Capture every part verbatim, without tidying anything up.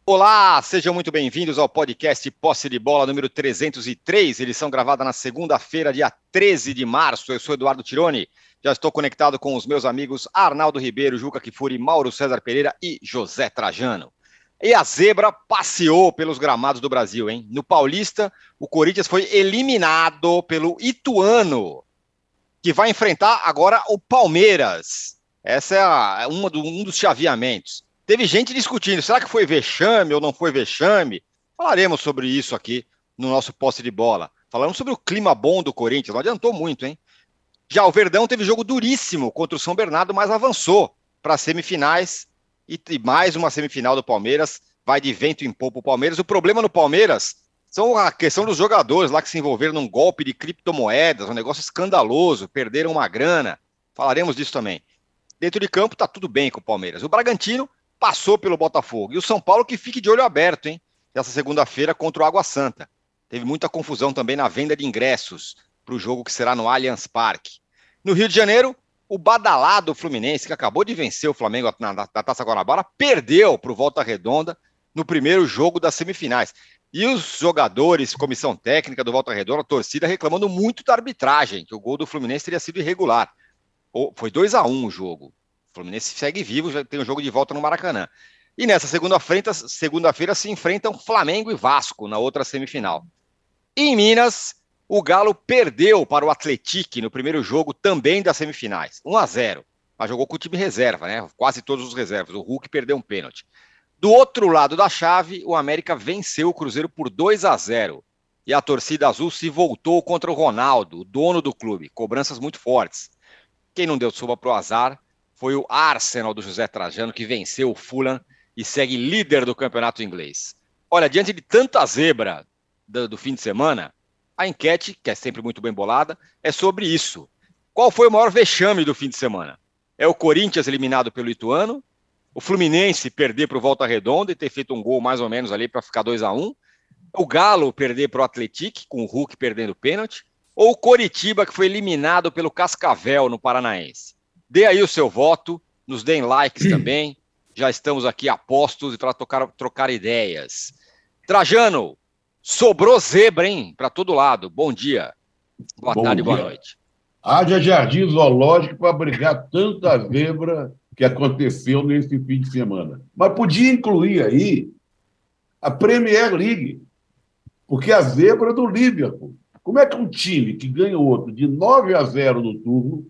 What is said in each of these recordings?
Olá, sejam muito bem-vindos ao podcast Posse de Bola número trezentos e três, edição gravada na segunda-feira, dia treze de março. Eu sou Eduardo Tironi, já estou conectado com os meus amigos Arnaldo Ribeiro, Juca Kifuri, Mauro César Pereira e José Trajano. E a zebra passeou pelos gramados do Brasil, hein? No Paulista, o Corinthians foi eliminado pelo Ituano, que vai enfrentar agora o Palmeiras. Essa é a, uma do, um dos chaveamentos. Teve gente discutindo, será que foi vexame ou não foi vexame? Falaremos sobre isso aqui no nosso posse de bola. Falamos sobre o clima bom do Corinthians, não adiantou muito, hein? Já o Verdão teve jogo duríssimo contra o São Bernardo, mas avançou para as semifinais e, e mais uma semifinal do Palmeiras. Vai de vento em popa o Palmeiras. O problema no Palmeiras são a questão dos jogadores lá que se envolveram num golpe de criptomoedas, um negócio escandaloso, perderam uma grana. Falaremos disso também. Dentro de campo tá tudo bem com o Palmeiras. O Bragantino passou pelo Botafogo. E o São Paulo que fique de olho aberto, hein? Essa segunda-feira contra o Água Santa. Teve muita confusão também na venda de ingressos para o jogo que será no Allianz Parque. No Rio de Janeiro, o badalado Fluminense, que acabou de vencer o Flamengo na, na, na Taça Guanabara, perdeu para o Volta Redonda no primeiro jogo das semifinais. E os jogadores, comissão técnica do Volta Redonda, a torcida reclamando muito da arbitragem, que o gol do Fluminense teria sido irregular. Foi dois a um o jogo. O Fluminense segue vivo, já tem um jogo de volta no Maracanã. E nessa segunda-feira segunda-feira se enfrentam Flamengo e Vasco na outra semifinal. E em Minas, o Galo perdeu para o Atlético no primeiro jogo também das semifinais. um a zero. Mas jogou com o time reserva, né? Quase todos os reservas. O Hulk perdeu um pênalti. Do outro lado da chave, o América venceu o Cruzeiro por dois a zero. E a torcida azul se voltou contra o Ronaldo, o dono do clube. Cobranças muito fortes. Quem não deu sopa pro azar foi o Arsenal do José Trajano, que venceu o Fulham e segue líder do campeonato inglês. Olha, diante de tanta zebra do, do fim de semana, a enquete, que é sempre muito bem bolada, é sobre isso. Qual foi o maior vexame do fim de semana? É o Corinthians eliminado pelo Ituano, o Fluminense perder para o Volta Redonda e ter feito um gol mais ou menos ali para ficar dois a um, o Galo perder para o Atlético, com o Hulk perdendo o pênalti, ou o Coritiba, que foi eliminado pelo Cascavel no Paranaense. Dê aí o seu voto, nos deem likes também, já estamos aqui a postos para trocar, trocar ideias. Trajano, sobrou zebra, hein? Para todo lado. Bom dia. Boa Bom tarde, dia. Boa noite. Haja jardim zoológico para abrigar tanta zebra que aconteceu nesse fim de semana. Mas podia incluir aí a Premier League, porque a zebra é do Liverpool. Como é que um time que ganha o outro de nove a zero no turno,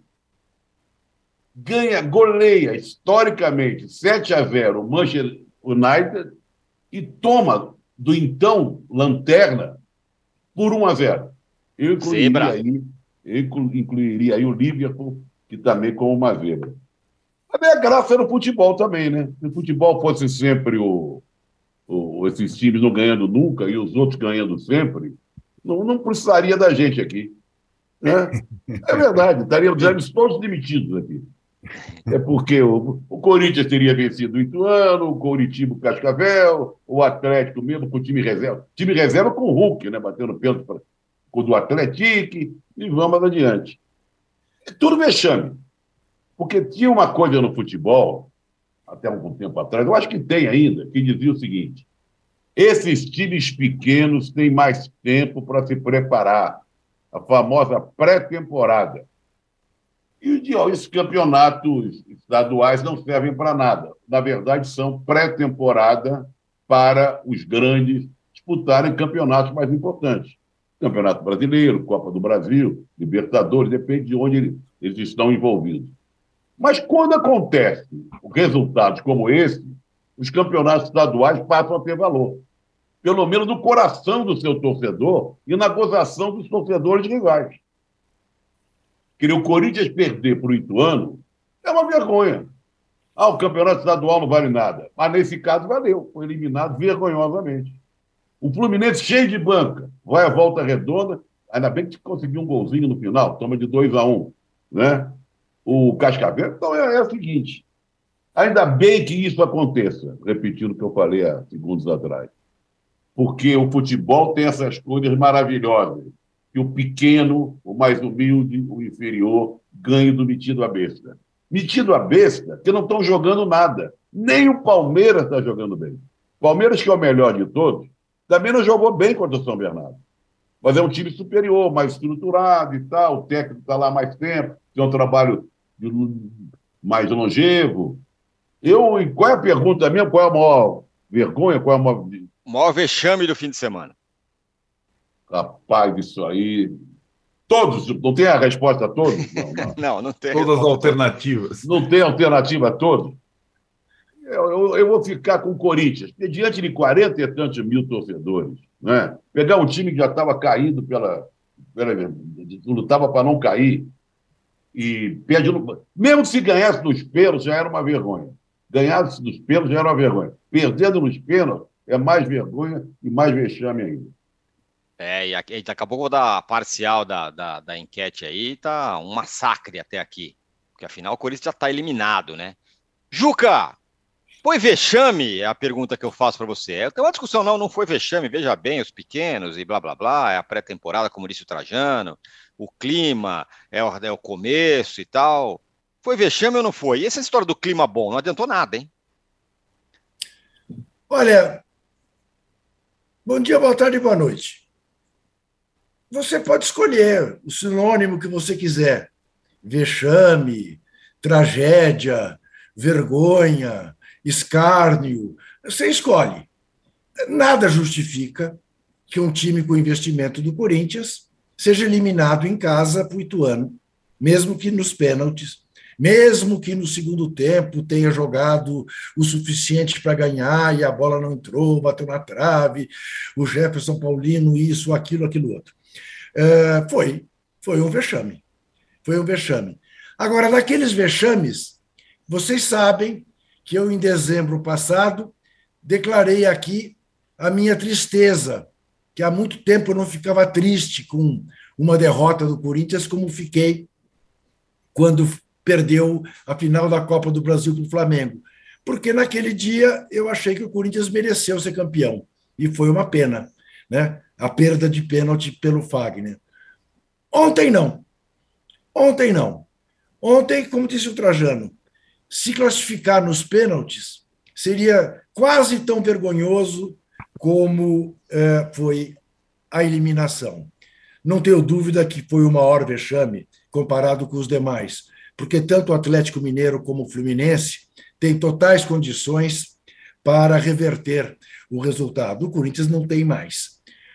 ganha, goleia historicamente sete a zero o Manchester United e toma do então lanterna por um a zero? Eu incluiria, aí, eu incluiria aí o Liverpool, que também como uma zebra. A minha graça era o futebol também, né? Se o futebol fosse sempre o, o, esses times não ganhando nunca e os outros ganhando sempre, não, não precisaria da gente aqui. Né? É verdade, estaríamos todos demitidos aqui. É porque o, o Corinthians teria vencido o Ituano, o Coritiba, o Cascavel, o Atlético mesmo com o time reserva. Time reserva com o Hulk, né? Batendo pênalti com o do Atlético e vamos adiante. É tudo vexame. Porque tinha uma coisa no futebol, até algum tempo atrás, eu acho que tem ainda, que dizia o seguinte: esses times pequenos têm mais tempo para se preparar. A famosa pré-temporada. E esses campeonatos estaduais não servem para nada. Na verdade, são pré-temporada para os grandes disputarem campeonatos mais importantes. Campeonato Brasileiro, Copa do Brasil, Libertadores, depende de onde eles estão envolvidos. Mas quando acontece resultados como esse, os campeonatos estaduais passam a ter valor. Pelo menos no coração do seu torcedor e na gozação dos torcedores rivais. Queria o Corinthians perder para o Ituano é uma vergonha. Ah, o campeonato estadual não vale nada. Mas nesse caso valeu, foi eliminado vergonhosamente. O Fluminense cheio de banca, vai à Volta Redonda, ainda bem que conseguiu um golzinho no final, toma de dois a um, né? O Cascavel, então é, é o seguinte, ainda bem que isso aconteça, repetindo o que eu falei há segundos atrás, porque o futebol tem essas coisas maravilhosas, que o pequeno, o mais humilde, o inferior, ganhe do metido a besta. Metido a besta, que não estão jogando nada. Nem o Palmeiras está jogando bem. Palmeiras, que é o melhor de todos, também não jogou bem contra o São Bernardo. Mas é um time superior, mais estruturado e tal, o técnico está lá há mais tempo, tem um trabalho mais longevo. Eu, e qual é a pergunta mesmo? Qual é a maior vergonha? Qual é a maior... O maior vexame do fim de semana. Rapaz, isso aí... Todos, não tem a resposta a todos? Não, não. não, não tem. Todas as alternativas. Não tem alternativa a todos? Eu, eu, eu vou ficar com o Corinthians. Diante de quarenta e tantos mil torcedores, né? Pegar um time que já estava caído pela... pela lutava para não cair e perde... Mesmo que se ganhasse nos pênaltis, já era uma vergonha. Ganhasse nos pênaltis, já era uma vergonha. Perdendo nos pênaltis, é mais vergonha e mais vexame ainda. É, e aqui, daqui a pouco eu vou dar a parcial da, da, da enquete aí, tá um massacre até aqui. Porque afinal o Corinthians já está eliminado, né? Juca, foi vexame? É a pergunta que eu faço para você. É uma discussão, não, não foi vexame, veja bem, os pequenos e blá blá blá, é a pré-temporada, como disse o Trajano, o clima, é o, é o começo e tal. Foi vexame ou não foi? E essa história do clima bom, não adiantou nada, hein? Olha, bom dia, boa tarde e boa noite. Você pode escolher o sinônimo que você quiser. Vexame, tragédia, vergonha, escárnio. Você escolhe. Nada justifica que um time com investimento do Corinthians seja eliminado em casa para o Ituano, mesmo que nos pênaltis, mesmo que no segundo tempo tenha jogado o suficiente para ganhar e a bola não entrou, bateu na trave, o Jefferson Paulino, isso, aquilo, aquilo outro. Uh, foi, foi um vexame. Foi um vexame. Agora, naqueles vexames, vocês sabem que eu, em dezembro passado, declarei aqui a minha tristeza, que há muito tempo eu não ficava triste com uma derrota do Corinthians, como fiquei quando perdeu a final da Copa do Brasil para o Flamengo. Porque naquele dia eu achei que o Corinthians mereceu ser campeão. E foi uma pena, né? A perda de pênalti pelo Fagner. Ontem não. Ontem não. Ontem, como disse o Trajano, se classificar nos pênaltis seria quase tão vergonhoso como eh, foi a eliminação. Não tenho dúvida que foi o maior vexame comparado com os demais, porque tanto o Atlético Mineiro como o Fluminense têm totais condições para reverter o resultado. O Corinthians não tem mais.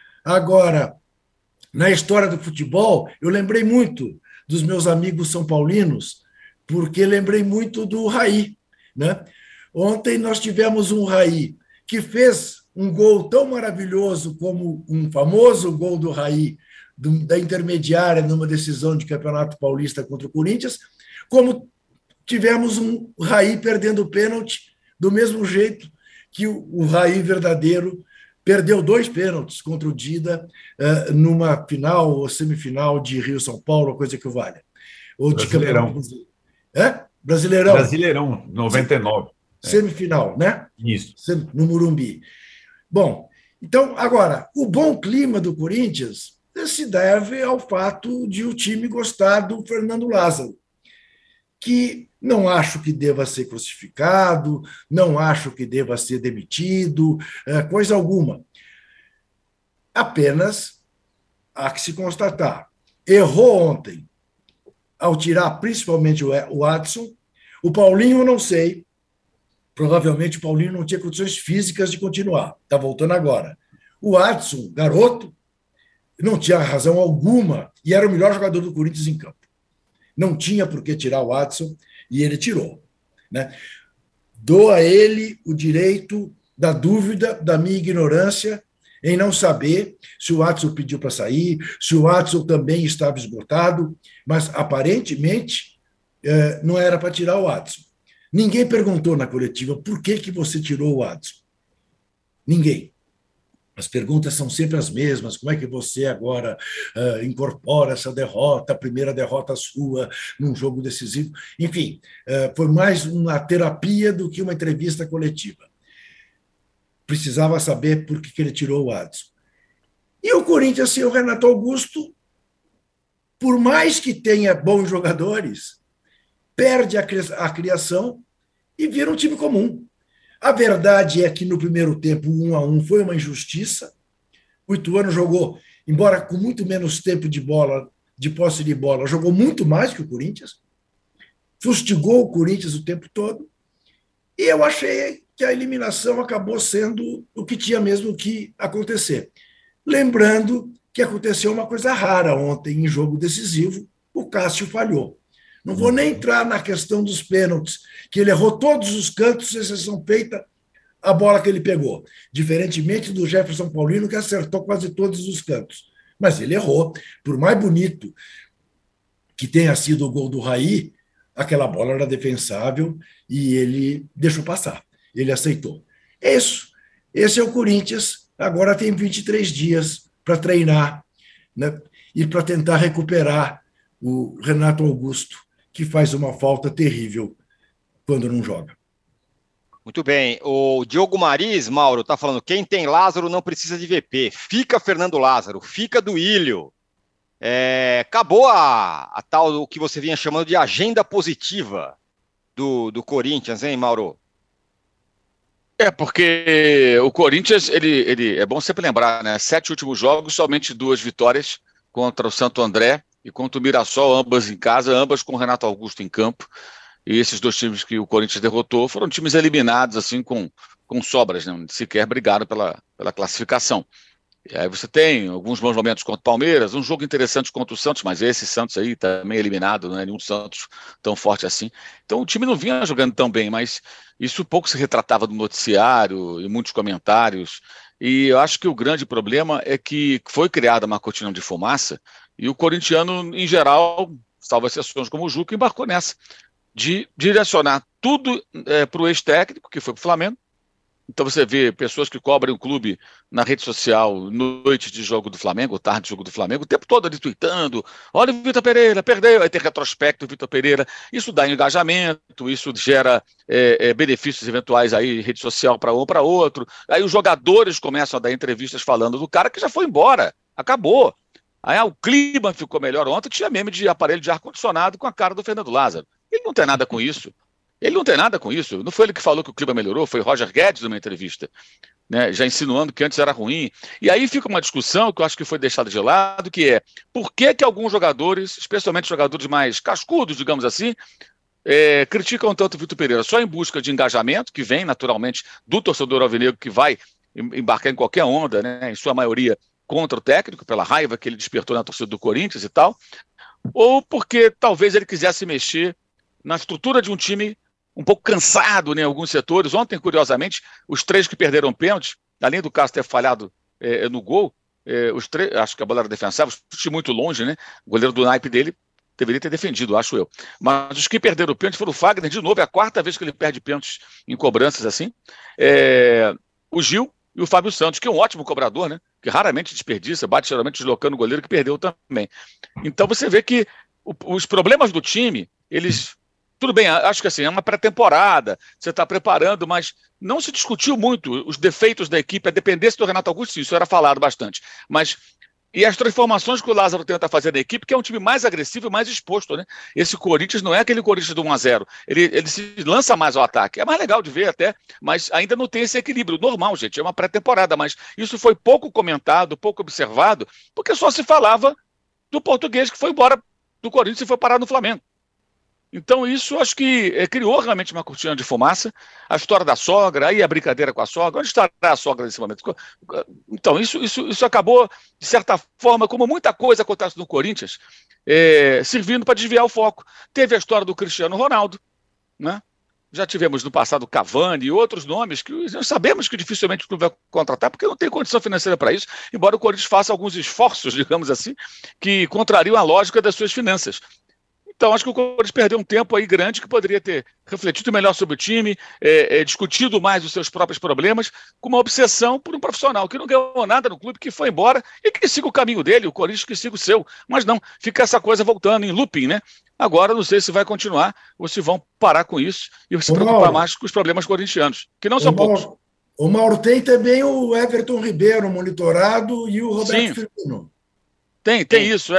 Agora, na história do futebol, eu lembrei muito dos meus amigos são paulinos, porque lembrei muito do Raí, né? Ontem nós tivemos um Raí que fez um gol tão maravilhoso como um famoso gol do Raí da intermediária numa decisão de Campeonato Paulista contra o Corinthians, como tivemos um Raí perdendo o pênalti do mesmo jeito que o Raí verdadeiro perdeu dois pênaltis contra o Dida uh, numa final ou semifinal de Rio-São Paulo, coisa que vale. Ou de Brasileirão. É? Brasileirão. Brasileirão, noventa e nove. Semifinal, né? Isso. No Morumbi. Bom, então, agora, o bom clima do Corinthians se deve ao fato de o time gostar do Fernando Lázaro, que não acho que deva ser crucificado, não acho que deva ser demitido, coisa alguma. Apenas há que se constatar. Errou ontem ao tirar principalmente o Adson. O Paulinho, eu não sei. Provavelmente o Paulinho não tinha condições físicas de continuar. Está voltando agora. O Adson, garoto, não tinha razão alguma e era o melhor jogador do Corinthians em campo. Não tinha por que tirar o Adson e ele tirou, né? Dou a ele o direito da dúvida, da minha ignorância em não saber se o Adson pediu para sair, se o Adson também estava esgotado, mas aparentemente não era para tirar o Adson. Ninguém perguntou na coletiva por que, que você tirou o Adson. Ninguém. As perguntas são sempre as mesmas. Como é que você agora uh, incorpora essa derrota, a primeira derrota sua num jogo decisivo? Enfim, uh, foi mais uma terapia do que uma entrevista coletiva. Precisava saber por que, que ele tirou o Adson. E o Corinthians, sem o Renato Augusto, por mais que tenha bons jogadores, perde a criação e vira um time comum. A verdade é que no primeiro tempo, o um a um foi uma injustiça. O Ituano jogou, embora com muito menos tempo de bola, de posse de bola, jogou muito mais que o Corinthians, fustigou o Corinthians o tempo todo, e eu achei que a eliminação acabou sendo o que tinha mesmo que acontecer. Lembrando que aconteceu uma coisa rara ontem em jogo decisivo, o Cássio falhou. Não vou nem entrar na questão dos pênaltis, que ele errou todos os cantos, exceção feita a bola que ele pegou, diferentemente do Jefferson Paulino, que acertou quase todos os cantos. Mas ele errou. Por mais bonito que tenha sido o gol do Raí, aquela bola era defensável e ele deixou passar. Ele aceitou. É isso. Esse é o Corinthians. Agora tem vinte e três dias para treinar, né? E para tentar recuperar o Renato Augusto, que faz uma falta terrível quando não joga. Muito bem. O Diogo Mariz, Mauro, está falando, quem tem Lázaro não precisa de V P. Fica Fernando Lázaro, fica Duílio. É, acabou a, a tal, o que você vinha chamando de agenda positiva do, do Corinthians, hein, Mauro? É, porque o Corinthians, ele, ele é bom sempre lembrar, né? Sete últimos jogos, somente duas vitórias contra o Santo André e contra o Mirassol, ambas em casa, ambas com o Renato Augusto em campo. E esses dois times que o Corinthians derrotou foram times eliminados, assim, com, com sobras, né? Sequer brigaram pela, pela classificação. E aí você tem alguns bons momentos contra o Palmeiras, um jogo interessante contra o Santos, mas esse Santos aí também eliminado, não é nenhum Santos tão forte assim. Então o time não vinha jogando tão bem, mas isso pouco se retratava no noticiário e muitos comentários. E eu acho que o grande problema é que foi criada uma cortina de fumaça e o corintiano, em geral, salvo exceções como o Juca, embarcou nessa, de direcionar tudo é, para o ex-técnico, que foi para o Flamengo. Então você vê pessoas que cobrem o clube na rede social, noite de jogo do Flamengo, tarde de jogo do Flamengo, o tempo todo ali tweetando, olha o Vitor Pereira, perdeu, aí tem retrospecto do Vitor Pereira, isso dá engajamento, isso gera é, é, benefícios eventuais aí, rede social para um ou para outro, aí os jogadores começam a dar entrevistas falando do cara que já foi embora, acabou. Aí ah, o clima ficou melhor ontem, tinha meme de aparelho de ar-condicionado com a cara do Fernando Lázaro. Ele não tem nada com isso. Ele não tem nada com isso. Não foi ele que falou que o clima melhorou, foi Roger Guedes numa entrevista, né, já insinuando que antes era ruim. E aí fica uma discussão que eu acho que foi deixada de lado, que é por que que alguns jogadores, especialmente jogadores mais cascudos, digamos assim, é, criticam tanto o Vitor Pereira só em busca de engajamento, que vem naturalmente do torcedor alvinegro que vai embarcar em qualquer onda, né, em sua maioria contra o técnico, pela raiva que ele despertou na torcida do Corinthians e tal, ou porque talvez ele quisesse mexer na estrutura de um time um pouco cansado, né, em alguns setores. Ontem, curiosamente, os três que perderam pênalti, além do Cássio ter falhado é, no gol, é, os três, acho que a bola era defensável, chute muito longe, né? O goleiro do naipe dele deveria ter defendido, acho eu. Mas os que perderam o pênalti foram o Fagner, de novo, é a quarta vez que ele perde pênaltis em cobranças assim. É, o Gil e o Fábio Santos, que é um ótimo cobrador, né? Que raramente desperdiça, bate geralmente deslocando o goleiro, que perdeu também. Então você vê que o, os problemas do time, eles... Tudo bem, acho que assim, é uma pré-temporada, você está preparando, mas não se discutiu muito os defeitos da equipe, a dependência do Renato Augusto, isso era falado bastante. Mas, e as transformações que o Lázaro tenta fazer na equipe, que é um time mais agressivo e mais exposto, né? Esse Corinthians não é aquele Corinthians do um a zero, ele, ele se lança mais ao ataque, é mais legal de ver até, mas ainda não tem esse equilíbrio. Normal, gente, é uma pré-temporada, mas isso foi pouco comentado, pouco observado, porque só se falava do português que foi embora do Corinthians e foi parar no Flamengo. Então isso acho que é, criou realmente uma cortina de fumaça, a história da sogra, aí a brincadeira com a sogra, onde estará a sogra nesse momento? Então isso, isso, isso acabou, de certa forma, como muita coisa acontece no Corinthians, é, servindo para desviar o foco. Teve a história do Cristiano Ronaldo, né? Já tivemos no passado Cavani e outros nomes que nós sabemos que dificilmente o clube vai contratar porque não tem condição financeira para isso, embora o Corinthians faça alguns esforços, digamos assim, que contrariam a lógica das suas finanças. Então, acho que o Corinthians perdeu um tempo aí grande que poderia ter refletido melhor sobre o time, é, é, discutido mais os seus próprios problemas, com uma obsessão por um profissional que não ganhou nada no clube, que foi embora e que siga o caminho dele, o Corinthians que siga o seu. Mas não, fica essa coisa voltando em looping, né? Agora, não sei se vai continuar ou se vão parar com isso e se preocupar Mauro, mais com os problemas corintianos, que não são o poucos. Mauro, o Mauro tem também o Everton Ribeiro monitorado e o Roberto Firmino. Tem, tem isso, é.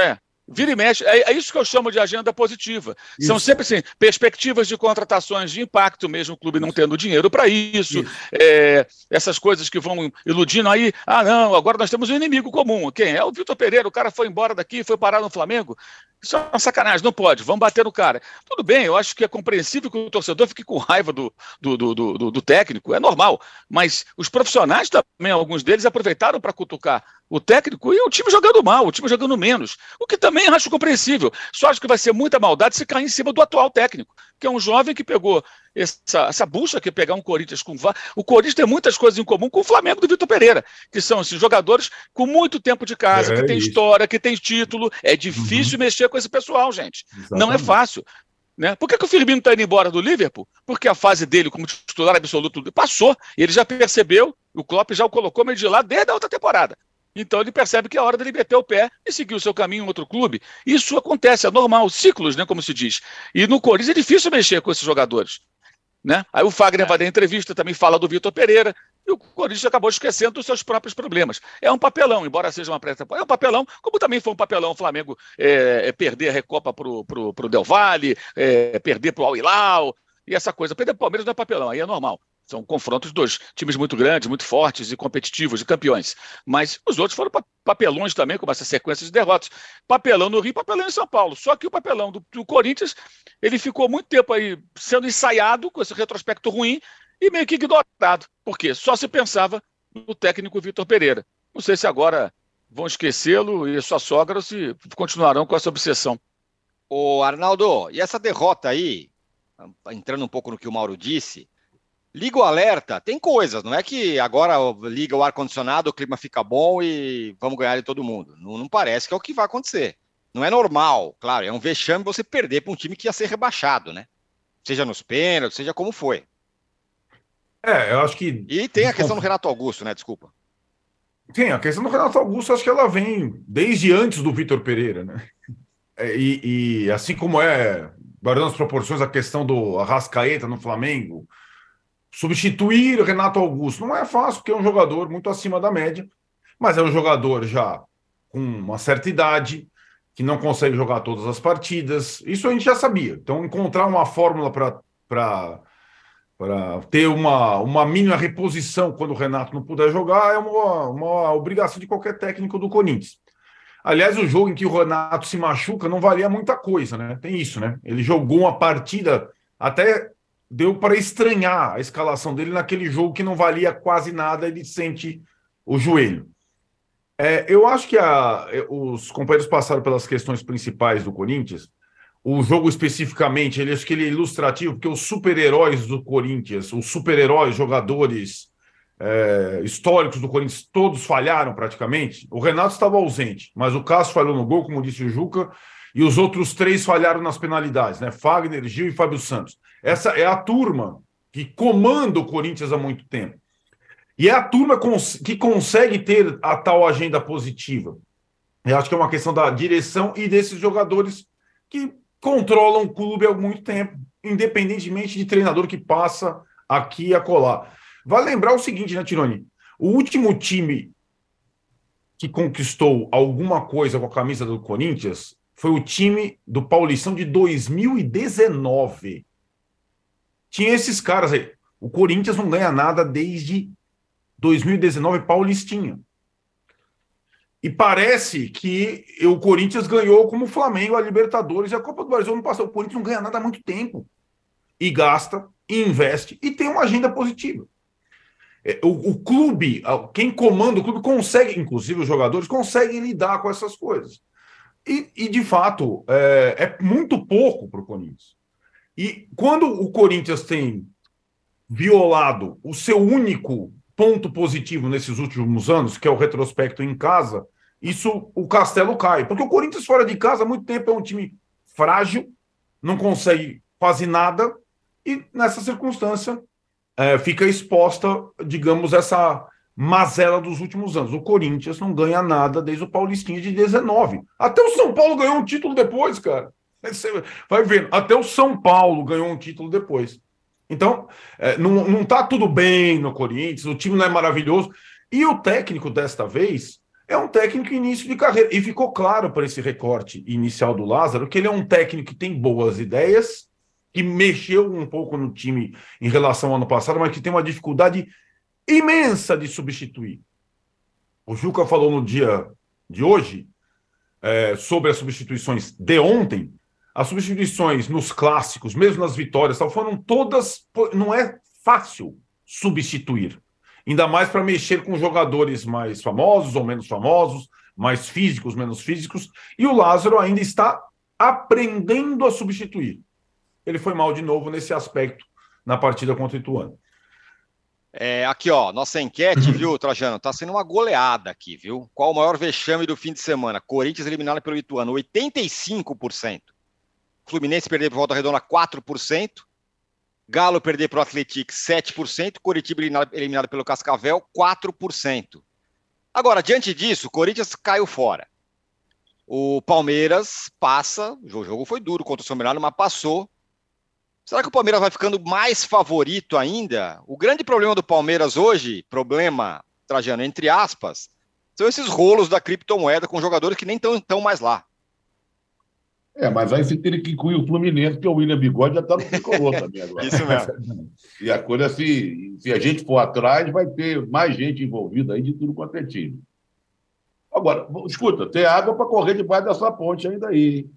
Vira e mexe, é, é isso que eu chamo de agenda positiva. Isso. São sempre assim, perspectivas de contratações de impacto, mesmo o clube não tendo dinheiro para isso, isso. É, essas coisas que vão iludindo aí, ah não, agora nós temos um inimigo comum. Quem? É o Vitor Pereira, o cara foi embora daqui, foi parar no Flamengo. Isso é uma sacanagem, não pode, vamos bater no cara. Tudo bem, eu acho que é compreensível que o torcedor fique com raiva do, do, do, do, do técnico, é normal, mas os profissionais também, alguns deles, aproveitaram para cutucar o técnico e o time jogando mal, o time jogando menos, o que também acho compreensível. Só acho que vai ser muita maldade se cair em cima do atual técnico, que é um jovem que pegou essa, essa bucha que é pegar um Corinthians com... O Corinthians tem muitas coisas em comum com o Flamengo do Vitor Pereira, que são esses jogadores com muito tempo de casa, é que tem isso. história, que tem título. É difícil uhum. mexer com esse pessoal, gente. Exatamente. Não é fácil. Né? Por que, que o Firmino está indo embora do Liverpool? Porque a fase dele como titular absoluto passou, e ele já percebeu, o Klopp já o colocou meio de lado desde a outra temporada. Então ele percebe que é hora dele meter o pé e seguir o seu caminho em outro clube. Isso acontece, é normal, ciclos, né, como se diz. E no Corinthians é difícil mexer com esses jogadores. Né? Aí o Fagner é. vai dar entrevista, também fala do Vitor Pereira, e o Corinthians acabou esquecendo dos seus próprios problemas. É um papelão, embora seja uma pré-temporada, é um papelão, como também foi um papelão o Flamengo é, é perder a Recopa para o Del Valle, é, perder para o Al Hilal, e essa coisa. Perder para o Palmeiras não é papelão, aí é normal. São confrontos de dois times muito grandes, muito fortes e competitivos, de campeões. Mas os outros foram papelões também, como essa sequência de derrotas. Papelão no Rio, papelão em São Paulo. Só que o papelão do, do Corinthians, ele ficou muito tempo aí sendo ensaiado com esse retrospecto ruim e meio que ignorado. Por quê? Só se pensava no técnico Vitor Pereira. Não sei se agora vão esquecê-lo e sua sogra ou se continuarão com essa obsessão. Ô Arnaldo, e essa derrota aí, entrando um pouco no que o Mauro disse, liga o alerta, tem coisas, não é que agora liga o ar-condicionado, o clima fica bom e vamos ganhar de todo mundo. Não, não parece que é o que vai acontecer. Não é normal, claro, é um vexame você perder para um time que ia ser rebaixado, né? Seja nos pênaltis, seja como foi. É, eu acho que... E tem a questão do Renato Augusto, né? Desculpa. Tem, a questão do Renato Augusto, acho que ela vem desde antes do Vitor Pereira, né? E, e assim como é, guardando as proporções, a questão do Arrascaeta no Flamengo, substituir Renato Augusto não é fácil, porque é um jogador muito acima da média, mas é um jogador já com uma certa idade, que não consegue jogar todas as partidas. Isso a gente já sabia. Então, encontrar uma fórmula para ter uma, uma mínima reposição quando o Renato não puder jogar é uma, uma obrigação de qualquer técnico do Corinthians. Aliás, o jogo em que o Renato se machuca não valia muita coisa, né? Tem isso, né? Ele jogou uma partida até... deu para estranhar a escalação dele naquele jogo que não valia quase nada, ele sente o joelho. É, eu acho que a, os companheiros passaram pelas questões principais do Corinthians. O jogo especificamente, ele, acho que ele é ilustrativo, porque os super-heróis do Corinthians, os super-heróis, jogadores é, históricos do Corinthians, todos falharam praticamente. O Renato estava ausente, mas o Cássio falhou no gol, como disse o Juca, e os outros três falharam nas penalidades, né? Fagner, Gil e Fábio Santos. Essa é a turma que comanda o Corinthians há muito tempo. E é a turma cons- que consegue ter a tal agenda positiva. Eu acho que é uma questão da direção e desses jogadores que controlam o clube há muito tempo, independentemente de treinador que passa aqui e acolá. Vale lembrar o seguinte, né, Tironi? O último time que conquistou alguma coisa com a camisa do Corinthians foi o time do Paulistão de dois mil e dezenove. Tinha esses caras aí. O Corinthians não ganha nada desde dois mil e dezenove, Paulistinha. E parece que o Corinthians ganhou como o Flamengo, a Libertadores e a Copa do Brasil no passado. O Corinthians não ganha nada há muito tempo. E gasta, e investe, e tem uma agenda positiva. O, o clube, quem comanda o clube consegue, inclusive os jogadores, conseguem lidar com essas coisas. E, e de fato, é, é muito pouco para o Corinthians. E quando o Corinthians tem violado o seu único ponto positivo nesses últimos anos, que é o retrospecto em casa, isso o castelo cai. Porque o Corinthians fora de casa há muito tempo é um time frágil, não consegue quase nada, e nessa circunstância é, fica exposta, digamos, essa mazela dos últimos anos. O Corinthians não ganha nada desde o Paulistinha de dezenove. Até o São Paulo ganhou um título depois, cara. Você vai vendo, até o São Paulo ganhou um título depois. Então, é, não, não tá tudo bem no Corinthians, o time não é maravilhoso. E o técnico, desta vez, é um técnico início de carreira. E ficou claro para esse recorte inicial do Lázaro que ele é um técnico que tem boas ideias, que mexeu um pouco no time em relação ao ano passado, mas que tem uma dificuldade imensa de substituir. O Juca falou no dia de hoje é, sobre as substituições de ontem. As substituições nos clássicos, mesmo nas vitórias, tal, foram todas... Não é fácil substituir. Ainda mais para mexer com jogadores mais famosos ou menos famosos, mais físicos, menos físicos. E o Lázaro ainda está aprendendo a substituir. Ele foi mal de novo nesse aspecto na partida contra o Ituano. É, aqui, ó, nossa enquete, viu, Trajano? Tá sendo uma goleada aqui, viu? Qual o maior vexame do fim de semana? Corinthians eliminado pelo Ituano, oitenta e cinco por cento. Fluminense perder por Volta Redonda, quatro por cento. Galo perder para o Atlético, sete por cento. Coritiba eliminado, eliminado pelo Cascavel, quatro por cento. Agora, diante disso, o Corinthians caiu fora. O Palmeiras passa, o jogo foi duro contra o São Bernardo, mas passou. Será que o Palmeiras vai ficando mais favorito ainda? O grande problema do Palmeiras hoje, problema, Trajano, entre aspas, são esses rolos da criptomoeda com jogadores que nem estão mais lá. É, mas aí você teria que incluir o Fluminense, porque o William Bigode já está no tricolor também agora. Isso mesmo. E a coisa, se, se a gente for atrás, vai ter mais gente envolvida aí de tudo quanto é time. Agora, escuta, tem água para correr debaixo dessa ponte ainda aí.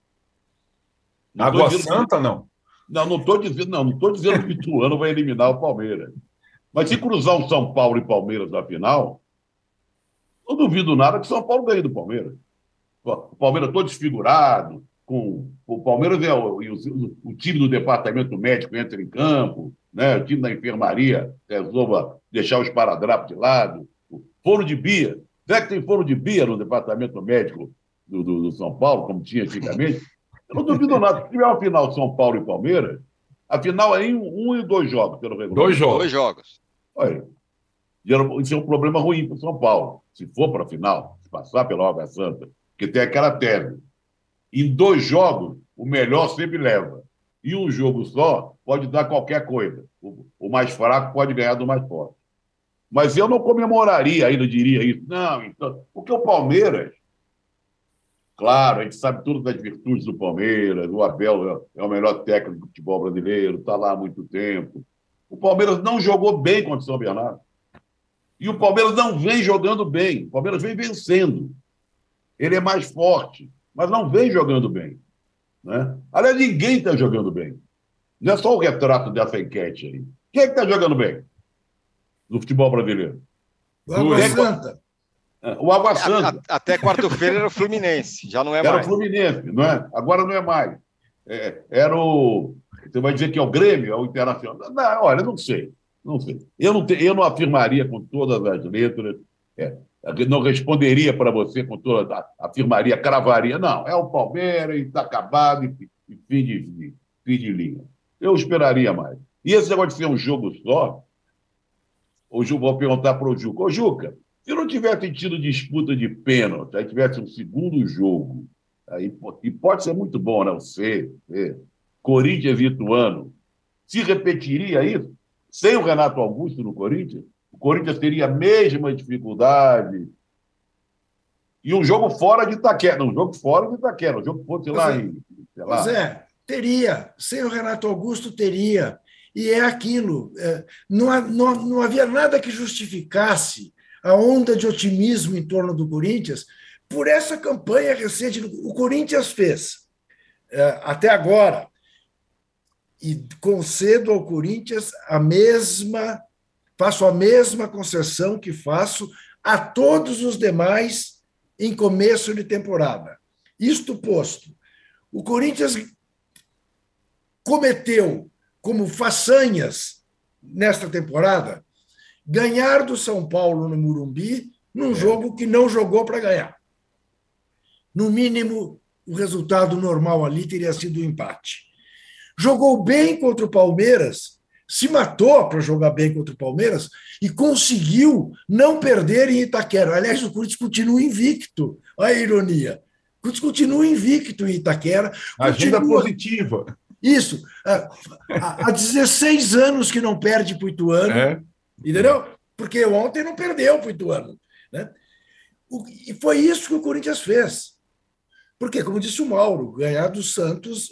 Não água Santa, que... não? Não, não estou dizendo, não, não estou dizendo que o Ituano vai eliminar o Palmeiras. Mas se cruzar o São Paulo e Palmeiras na final, não duvido nada que o São Paulo ganhe do Palmeiras. O Palmeiras todo desfigurado, com o Palmeiras é o, o, o time do departamento médico entra em campo, né? O time da enfermaria resolva deixar os esparadrapos de lado, o forno de Bia. Será que tem forno de Bia no departamento médico do, do, do São Paulo, como tinha antigamente? Eu não duvido nada. Se tiver uma final São Paulo e Palmeiras, a final é em um, um e dois jogos, pelo regulamento. Dois jogos. Dois jogos. Olha, isso é um problema ruim para o São Paulo. Se for para a final, se passar pela Água Santa, porque tem aquela tese. Em dois jogos, o melhor sempre leva. E um jogo só pode dar qualquer coisa. O, o mais fraco pode ganhar do mais forte. Mas eu não comemoraria ainda, diria isso. Não, então, porque o Palmeiras, claro, a gente sabe tudo das virtudes do Palmeiras, o Abel é o melhor técnico do futebol brasileiro, está lá há muito tempo. O Palmeiras não jogou bem contra o São Bernardo. E o Palmeiras não vem jogando bem. O Palmeiras vem vencendo. Ele é mais forte, mas não vem jogando bem. Né? Aliás, ninguém está jogando bem. Não é só o retrato dessa enquete aí. Quem é que está jogando bem no futebol brasileiro? O Água é... Santa. O Água Santa. É, até quarta-feira era o Fluminense, já não é era mais. Era o Fluminense, não é? Agora não é mais. É, era o... Você vai dizer que é o Grêmio, é o Internacional? Não, olha, não sei. Não sei. Eu não, te... eu não afirmaria com todas as letras... É. Não responderia para você com toda a afirmaria, cravaria. Não, é o Palmeiras, está acabado e, e fim, de, fim de linha. Eu esperaria mais. E esse negócio de ser um jogo só, o Ju, vou perguntar para o Juca. Ô, Juca, se não tivesse tido disputa de pênalti, aí tivesse um segundo jogo, aí, e pode ser muito bom, né? O C, C, Corinthians e Ituano, se repetiria isso? Sem o Renato Augusto no Corinthians? O Corinthians teria a mesma dificuldade. E um jogo fora de Itaquera. Não, um jogo fora de Itaquera. Um jogo que fosse lá em... Sei lá. Pois é, teria. Sem o Renato Augusto, teria. E é aquilo. É, não, não, não havia nada que justificasse a onda de otimismo em torno do Corinthians por essa campanha recente. O Corinthians fez, é, até agora, e concedo ao Corinthians a mesma... Faço a mesma concessão que faço a todos os demais em começo de temporada. Isto posto, o Corinthians cometeu como façanhas nesta temporada ganhar do São Paulo no Morumbi num é. jogo que não jogou para ganhar. No mínimo, o resultado normal ali teria sido um empate. Jogou bem contra o Palmeiras, se matou para jogar bem contra o Palmeiras e conseguiu não perder em Itaquera. Aliás, o Corinthians continua invicto. Olha a ironia. O Corinthians continua invicto em Itaquera. Agenda continua... positiva. Isso. Há dezesseis anos que não perde para o Ituano. É. Entendeu? Porque ontem não perdeu para o Ituano. Né? E foi isso que o Corinthians fez. Porque, como disse o Mauro, ganhar do Santos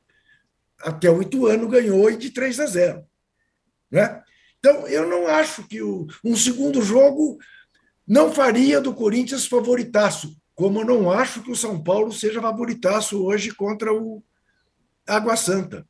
até o Ituano ganhou e de três a zero. Né? Então, eu não acho que o, um segundo jogo não faria do Corinthians favoritaço, como eu não acho que o São Paulo seja favoritaço hoje contra o Água Santa,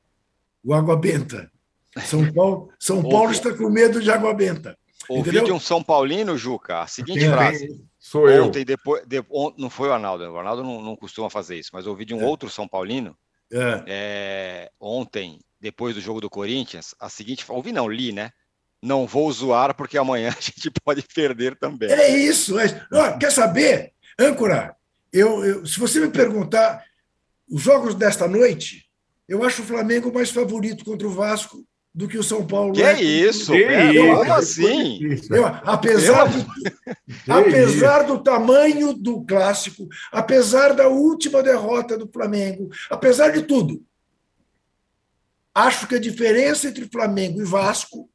o Água Benta. São Paulo, São Paulo está com medo de Água Benta. Ouvi entendeu? de um São Paulino, Juca, a seguinte É, frase. Sou eu. Ontem, depois, de, on, não foi o Arnaldo, o Arnaldo não, não costuma fazer isso, mas ouvi de um É. outro São Paulino, É. é, ontem, depois do jogo do Corinthians, a seguinte, ouvi não, li, né? Não vou zoar porque amanhã a gente pode perder também. É isso. É... Ó, quer saber, âncora? Eu, eu, se você me perguntar os jogos desta noite, eu acho o Flamengo mais favorito contra o Vasco do que o São Paulo. Que é isso? Que é, isso? Como assim? Eu, apesar, do, apesar do tamanho do clássico, apesar da última derrota do Flamengo, apesar de tudo, acho que a diferença entre Flamengo e Vasco,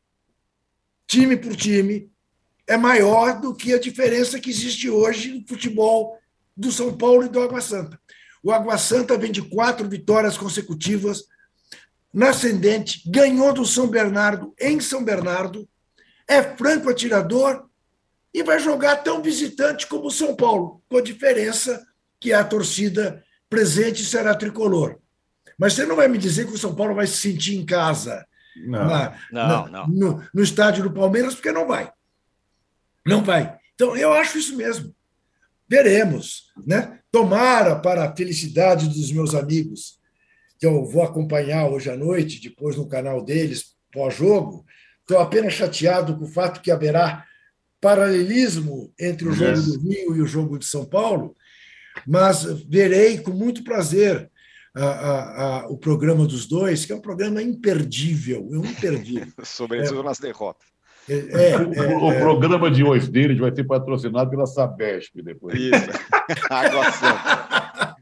time por time, é maior do que a diferença que existe hoje no futebol do São Paulo e do Água Santa. O Água Santa vem de quatro vitórias consecutivas, na ascendente, ganhou do São Bernardo em São Bernardo, é franco atirador e vai jogar tão visitante como o São Paulo, com a diferença que a torcida presente será tricolor. Mas você não vai me dizer que o São Paulo vai se sentir em casa Não. Não, na, na, não. No, no estádio do Palmeiras, porque não vai. Não vai. Então, eu acho isso mesmo. Veremos. Né? Tomara, para a felicidade dos meus amigos, que eu vou acompanhar hoje à noite, depois no canal deles, pós-jogo, estou apenas chateado com o fato que haverá paralelismo entre o jogo do Rio e o jogo de São Paulo, mas verei com muito prazer a, a, a, o programa dos dois, que é um programa imperdível, é um imperdível. Sobretudo é, nas derrotas. É, é, o, o é, programa de hoje deles vai ser patrocinado pela Sabesp depois. Isso. Água Santa.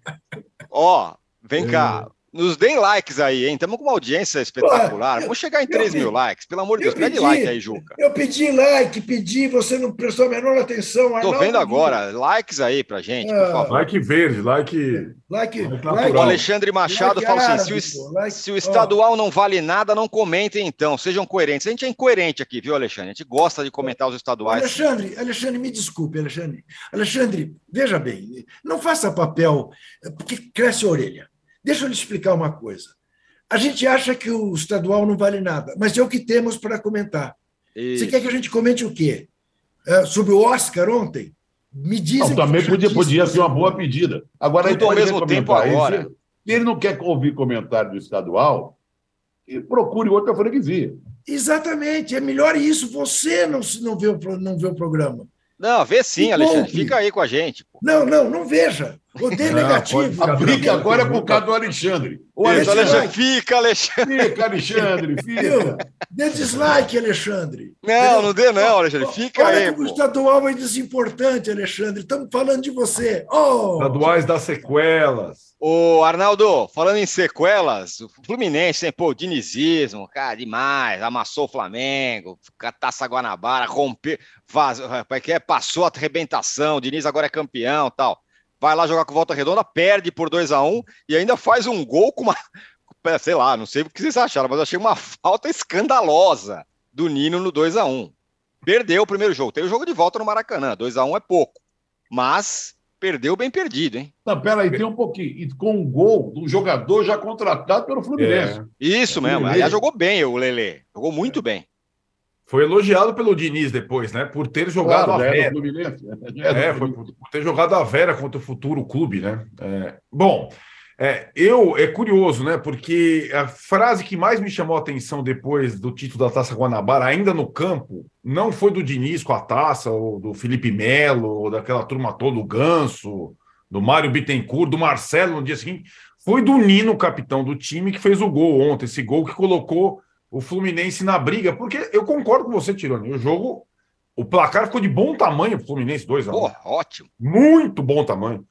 Ó, vem cá. Nos deem likes aí, hein? Estamos com uma audiência espetacular. Pô, Vamos chegar em três mil likes. Pelo amor de Deus, pedi, pede like aí, Juca. Eu pedi like, pedi, você não prestou a menor atenção. Estou vendo agora. Likes aí pra gente, por favor. Like verde, like... Like, like o Alexandre Machado like fala árabe, assim, se o, pô, like, se o estadual ó. não vale nada, não comentem então. Sejam coerentes. A gente é incoerente aqui, viu, Alexandre? A gente gosta de comentar os estaduais. Alexandre, Alexandre, me desculpe, Alexandre. Alexandre, veja bem, não faça papel, porque cresce a orelha. Deixa eu lhe explicar uma coisa. A gente acha que o estadual não vale nada, mas é o que temos para comentar. Isso. Você quer que a gente comente o quê? É, sobre o Oscar ontem? Me dizem. Não, também podia, podia ser uma boa pedida. Agora, tudo ao mesmo tempo agora. Se ele não quer ouvir comentário do estadual, procure outra freguesia. Exatamente, é melhor isso. Você não, não, vê, o, não vê o programa. Não, vê sim, Alexandre. Fica aí com a gente. Pô. Não, não, não veja. Odeio negativo. A briga agora é por causa do Alexandre. O Alexandre, Alexandre fica, Alexandre. Fica, Alexandre, fica. Dê dislike, Alexandre. Não, Entendeu? não dê não, Alexandre. Fica Olha aí. Olha como o estadual é desimportante, Alexandre. Estamos falando de você. Oh. Estaduais das sequelas. Ô, Arnaldo, falando em sequelas, o Fluminense, hein, pô, o dinizismo, cara, demais, amassou o Flamengo, a Taça Guanabara, rompeu, vazou, passou a arrebentação, o Diniz agora é campeão e tal. Vai lá jogar com Volta Redonda, perde por dois a um e ainda faz um gol com uma, sei lá, não sei o que vocês acharam, mas eu achei uma falta escandalosa do Nino no dois a um. Perdeu o primeiro jogo, tem o jogo de volta no Maracanã, dois a um é pouco, mas... Perdeu bem perdido, hein? Não, peraí, tem um pouquinho. E com um gol do jogador já contratado pelo Fluminense. É. Isso mesmo. Aliás, jogou bem o Lelê. Jogou muito é. bem. Foi elogiado pelo Diniz depois, né? Por ter jogado claro, a é Vera. Fluminense. É, é foi por, por ter jogado a Vera contra o futuro clube, né? É, bom, é, eu é curioso, né? Porque a frase que mais me chamou a atenção depois do título da Taça Guanabara, ainda no campo, não foi do Diniz com a taça, ou do Felipe Melo, ou daquela turma toda, do Ganso, do Mário Bittencourt, do Marcelo no dia seguinte, foi do Nino, capitão do time, que fez o gol ontem, esse gol que colocou o Fluminense na briga, porque eu concordo com você, Tironi, o jogo, o placar ficou de bom tamanho pro Fluminense, dois a um. Pô, ótimo. Muito bom tamanho.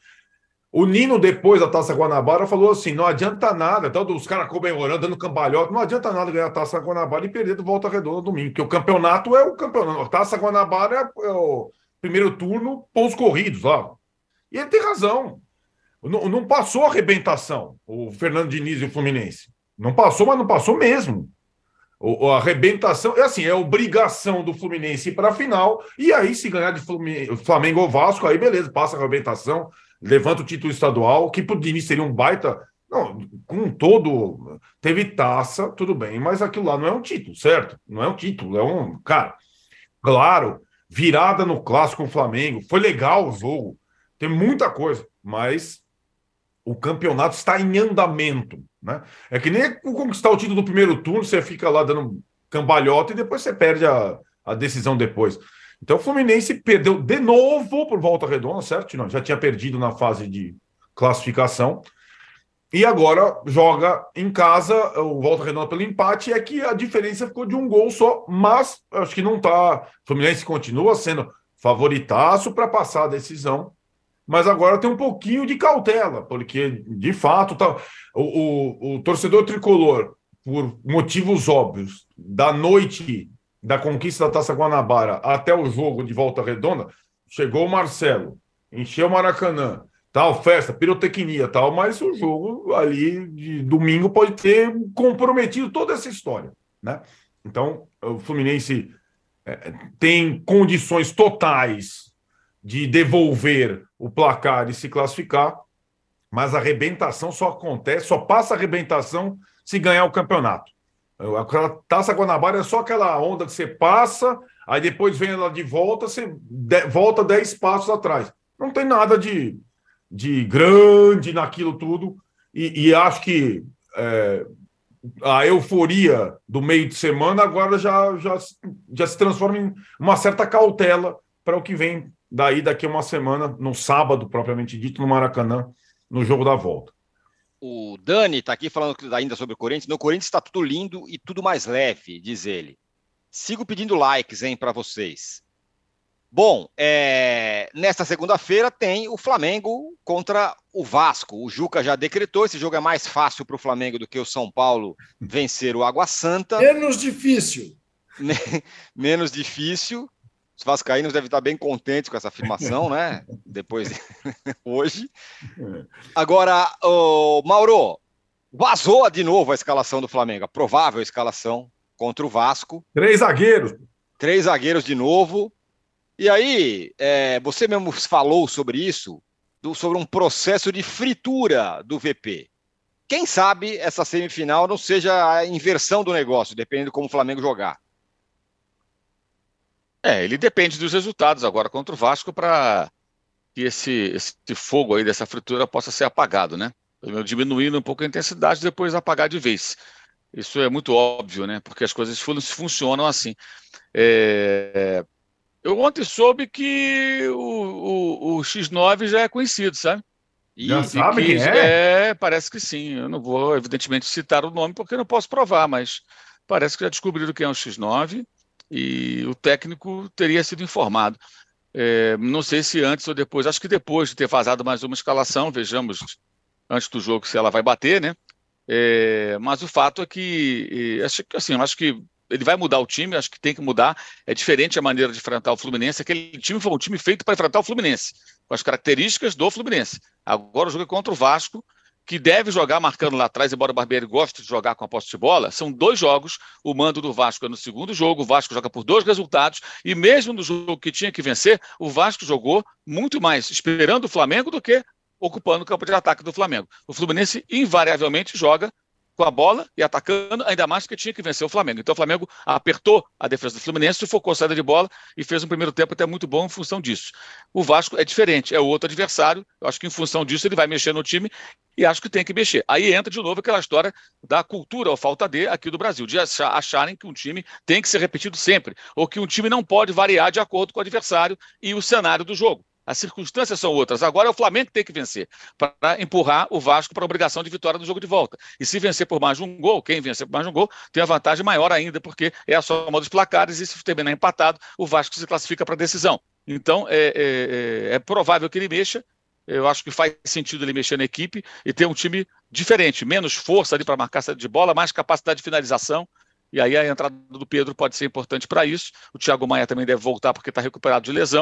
O Nino, depois da Taça Guanabara, falou assim, não adianta nada, então, os caras comemorando, dando cambalhota, não adianta nada ganhar a Taça Guanabara e perder do Volta Redonda domingo, porque o campeonato é o campeonato. A Taça Guanabara é, é, o, primeiro turno, pontos corridos lá. E ele tem razão. Não, não passou a arrebentação, o Fernando Diniz e o Fluminense. Não passou, mas não passou mesmo. O, a arrebentação, é assim, é obrigação do Fluminense ir para a final, e aí se ganhar de Flamengo ou Vasco, aí beleza, passa a arrebentação, levanta o título estadual, que para o Diniz seria um baita... Não, com todo... Teve taça, tudo bem, mas aquilo lá não é um título, certo? Não é um título, é um... Cara, claro, virada no clássico com o Flamengo, foi legal o jogo, tem muita coisa, mas o campeonato está em andamento, né? É que nem conquistar o título do primeiro turno, você fica lá dando cambalhota e depois você perde a, a decisão depois. Então o Fluminense perdeu de novo por Volta Redonda, certo? Não, já tinha perdido na fase de classificação. E agora joga em casa, o Volta Redonda pelo empate, é que a diferença ficou de um gol só, mas acho que não tá. O Fluminense continua sendo favoritaço para passar a decisão, mas agora tem um pouquinho de cautela, porque de fato tá, o, o, o torcedor tricolor, por motivos óbvios, da noite da conquista da Taça Guanabara até o jogo de Volta Redonda, chegou o Marcelo, encheu o Maracanã. Tal, festa, pirotecnia, tal, mas o jogo ali de domingo pode ter comprometido toda essa história, né? Então, o Fluminense é, tem condições totais de devolver o placar e se classificar, mas a arrebentação só acontece, só passa a arrebentação se ganhar o campeonato. A Taça Guanabara é só aquela onda que você passa, aí depois vem ela de volta, você de, volta dez passos atrás. Não tem nada de... de grande naquilo tudo, e, e acho que é, a euforia do meio de semana agora já, já, já se transforma em uma certa cautela para o que vem daí daqui a uma semana, no sábado, propriamente dito, no Maracanã, no jogo da volta. O Dani está aqui falando ainda sobre o Corinthians. No Corinthians está tudo lindo e tudo mais leve, diz ele. Sigo pedindo likes, hein, para vocês. Bom, é, nesta segunda-feira tem o Flamengo contra o Vasco. O Juca já decretou, esse jogo é mais fácil para o Flamengo do que o São Paulo vencer o Água Santa. Menos difícil. Menos difícil. Os vascaínos devem estar bem contentes com essa afirmação, né? Depois de hoje. Agora, o Mauro, vazou de novo a escalação do Flamengo, a provável escalação contra o Vasco. Três zagueiros. Três zagueiros de novo. E aí, é, você mesmo falou sobre isso, do, sobre um processo de fritura do V P. Quem sabe essa semifinal não seja a inversão do negócio, dependendo de como o Flamengo jogar. É, ele depende dos resultados agora contra o Vasco para que esse, esse fogo aí dessa fritura possa ser apagado, né? Primeiro diminuindo um pouco a intensidade, depois apagar de vez. Isso é muito óbvio, né? Porque as coisas funcionam assim. É... Eu ontem soube que o, o, o X nove já é conhecido, sabe? Já e, sabe e que, quem é? É, parece que sim. Eu não vou, evidentemente, citar o nome porque eu não posso provar, mas parece que já descobriram quem é o X nove e o técnico teria sido informado. É, não sei se antes ou depois. Acho que depois de ter vazado mais uma escalação, vejamos antes do jogo se ela vai bater, né? É, mas o fato é que, acho que assim, acho que ele vai mudar o time, acho que tem que mudar. É diferente a maneira de enfrentar o Fluminense. Aquele time foi um time feito para enfrentar o Fluminense, com as características do Fluminense. Agora o jogo é contra o Vasco, que deve jogar marcando lá atrás, embora o Barbieri goste de jogar com a posse de bola. São dois jogos, o mando do Vasco é no segundo jogo, o Vasco joga por dois resultados, e mesmo no jogo que tinha que vencer, o Vasco jogou muito mais esperando o Flamengo do que ocupando o campo de ataque do Flamengo. O Fluminense invariavelmente joga com a bola e atacando, ainda mais porque tinha que vencer o Flamengo. Então o Flamengo apertou a defesa do Fluminense, sufocou a saída de bola e fez um primeiro tempo até muito bom em função disso. O Vasco é diferente, é o outro adversário, eu acho que em função disso ele vai mexer no time e acho que tem que mexer. Aí entra de novo aquela história da cultura ou falta de aqui do Brasil, de achar, acharem que um time tem que ser repetido sempre, ou que um time não pode variar de acordo com o adversário e o cenário do jogo. As circunstâncias são outras. Agora é o Flamengo que tem que vencer para empurrar o Vasco para a obrigação de vitória no jogo de volta. E se vencer por mais de um gol, quem vencer por mais de um gol, tem a vantagem maior ainda, porque é a soma dos placares e se terminar empatado, o Vasco se classifica para a decisão. Então, é, é, é provável que ele mexa. Eu acho que faz sentido ele mexer na equipe e ter um time diferente, menos força ali para marcar saída de bola, mais capacidade de finalização. E aí a entrada do Pedro pode ser importante para isso. O Thiago Maia também deve voltar porque está recuperado de lesão.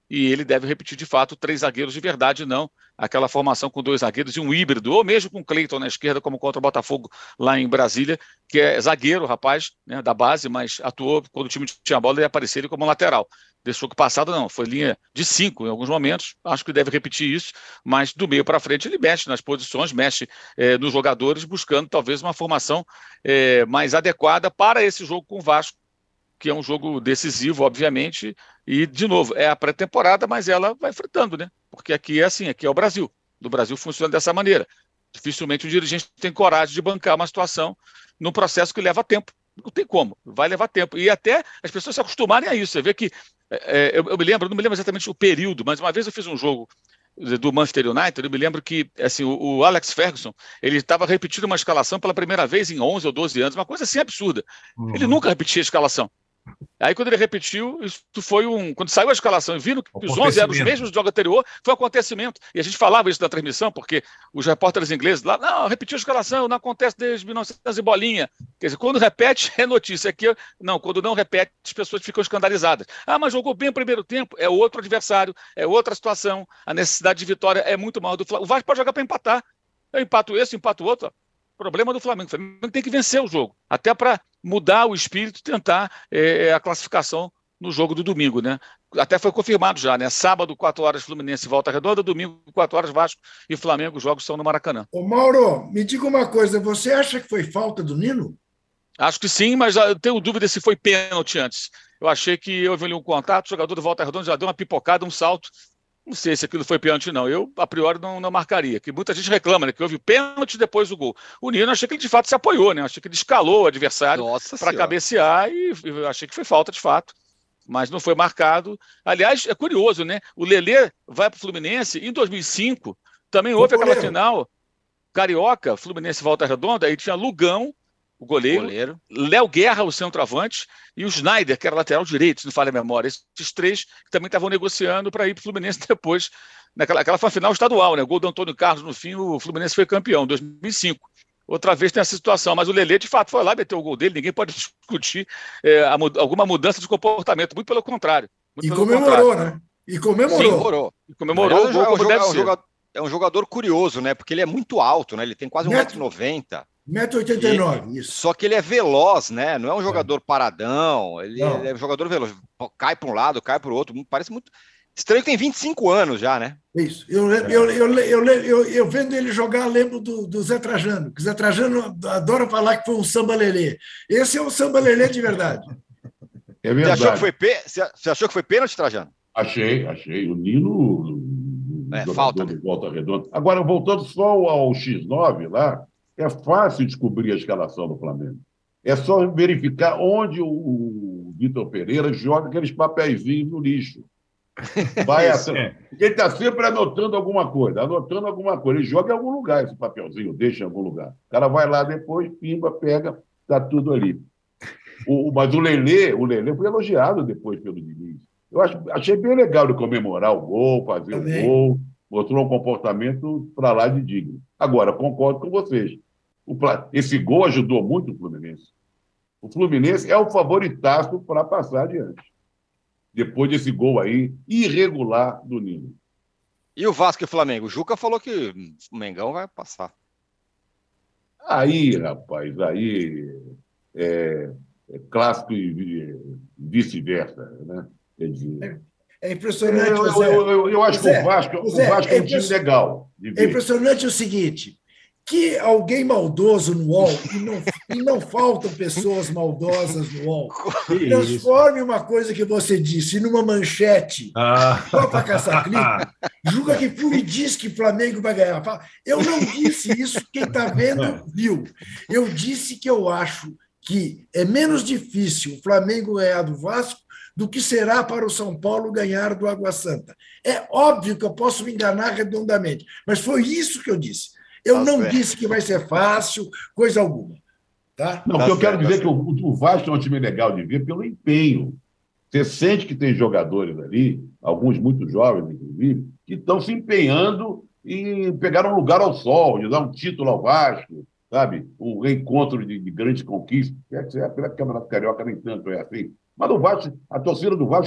e ele deve repetir, de fato, três zagueiros de verdade, não aquela formação com dois zagueiros e um híbrido, ou mesmo com o Cleiton na esquerda, como contra o Botafogo lá em Brasília, que é zagueiro, rapaz, né, da base, mas atuou quando o time tinha bola e aparecia ele como lateral. Desse jogo passado, não, foi linha de cinco em alguns momentos, acho que deve repetir isso, mas do meio para frente ele mexe nas posições, mexe é, nos jogadores, buscando talvez uma formação é, mais adequada para esse jogo com o Vasco, que é um jogo decisivo, obviamente, e, de novo, é a pré-temporada, mas ela vai fritando, né? Porque aqui é assim, aqui é o Brasil. No Brasil funciona dessa maneira. Dificilmente o dirigente tem coragem de bancar uma situação num processo que leva tempo. Não tem como, vai levar tempo. E até as pessoas se acostumarem a isso. Você vê que, é, eu, eu me lembro, não me lembro exatamente o período, mas uma vez eu fiz um jogo do Manchester United, eu me lembro que assim, o, o Alex Ferguson, ele estava repetindo uma escalação pela primeira vez em onze ou doze anos, uma coisa assim absurda. Uhum. Ele nunca repetia a escalação. Aí, quando ele repetiu, isso foi um. Quando saiu a escalação e viram que os onze eram os mesmos do jogo anterior, foi um acontecimento. E a gente falava isso na transmissão, porque os repórteres ingleses lá, não, repetiu a escalação, não acontece desde mil e novecentos e bolinha. Quer dizer, quando repete, é notícia. Aqui, não, quando não repete, as pessoas ficam escandalizadas. Ah, mas jogou bem o primeiro tempo, é outro adversário, é outra situação, a necessidade de vitória é muito maior do Flamengo. O Vasco pode jogar para empatar. Eu empato esse, empato o outro. Ó. Problema do Flamengo. O Flamengo tem que vencer o jogo, até para mudar o espírito e tentar é, a classificação no jogo do domingo, né? Até foi confirmado já, né? Sábado, quatro horas, Fluminense Volta Redonda, domingo, quatro horas, Vasco e Flamengo, os jogos são no Maracanã. Ô Mauro, me diga uma coisa, você acha que foi falta do Nino? Acho que sim, mas eu tenho dúvida se foi pênalti antes. Eu achei que houve ali um contato, o jogador do Volta Redonda já deu uma pipocada, um salto. Não sei se aquilo foi pênalti, não. Eu, a priori, não, não marcaria. Que muita gente reclama, né? Que houve pênalti depois do gol. O Nino, achei que ele de fato se apoiou, né? Achei que ele escalou o adversário para cabecear e eu achei que foi falta de fato. Mas não foi marcado. Aliás, é curioso, né? O Lelê vai para o Fluminense em dois mil e cinco. Também houve aquela final carioca, Fluminense Volta Redonda, aí tinha Lugão, o goleiro, goleiro. Léo Guerra, o centroavante, e o Schneider, que era lateral direito, se não falha a memória. Esses três que também estavam negociando para ir para o Fluminense depois. Naquela, aquela foi a final estadual, né? O gol do Antônio Carlos no fim, o Fluminense foi campeão, dois mil e cinco. Outra vez tem essa situação, mas o Lelê, de fato, foi lá, meteu o gol dele, ninguém pode discutir é, a, alguma mudança de comportamento, muito pelo contrário. Muito e pelo comemorou, contrário. né? E comemorou. Sim, comemorou. E comemorou o gol como deve ser. É um jogador curioso, né? Porque ele é muito alto, né? Ele tem quase um metro e noventa. um metro e oitenta e nove, isso. Só que ele é veloz, né? Não é um jogador é. paradão, ele, ele é um jogador veloz. Cai para um lado, cai para o outro. Parece muito estranho que tem vinte e cinco anos já, né? Isso. Eu, eu, eu, eu, eu, eu, eu vendo ele jogar, lembro do, do Zé Trajano, que o Zé Trajano adora falar que foi um samba-lelê. Esse é um samba-lelê de verdade. É verdade. Você achou que foi, pe... Você achou que foi pênalti, Trajano? Achei, achei. O Nino... É, falta. De Volta Redonda. Agora, voltando só ao X nove lá, é fácil descobrir a escalação do Flamengo. É só verificar onde o Vitor Pereira joga aqueles papeizinhos no lixo. Vai Isso, at... é. Ele está sempre anotando alguma coisa, anotando alguma coisa. Ele joga em algum lugar esse papelzinho, deixa em algum lugar. O cara vai lá depois, pimba, pega, está tudo ali. O, mas o Lelê, o Lelê foi elogiado depois pelo Diniz. Eu acho, achei bem legal de comemorar o gol, fazer Também. o gol, mostrou um comportamento para lá de digno. Agora, concordo com vocês. O, esse gol ajudou muito o Fluminense. O Fluminense é o favoritaço para passar adiante. Depois desse gol aí, irregular do Nino. E o Vasco e o Flamengo? O Juca falou que o Mengão vai passar. Aí, rapaz, aí é, é clássico e vice-versa, né? Quer dizer, é impressionante. Eu, eu, eu, eu, eu acho Zé, que o Vasco, o Zé, Vasco é, é um time legal. É impressionante o seguinte, que alguém maldoso no U O L, e não, e não faltam pessoas maldosas no U O L, transforme uma coisa que você disse numa manchete, ah. só para caçar clique, julga que Fury diz que o Flamengo vai ganhar. Eu não disse isso, quem está vendo viu. Eu disse que eu acho que é menos difícil o Flamengo ganhar do Vasco do que será para o São Paulo ganhar do Água Santa. É óbvio que eu posso me enganar redondamente, mas foi isso que eu disse. Eu Nossa, não é. disse que vai ser fácil, coisa alguma. Tá? Não, tá eu quero dizer que o, o Vasco é um time legal de ver pelo empenho. Você sente que tem jogadores ali, alguns muito jovens, inclusive, que estão se empenhando em pegar um lugar ao sol, de dar um título ao Vasco, sabe? Um reencontro de, de grandes conquistas. É, pela Campeonato Carioca nem tanto é assim. Mas o Vasco, a torcida do Vasco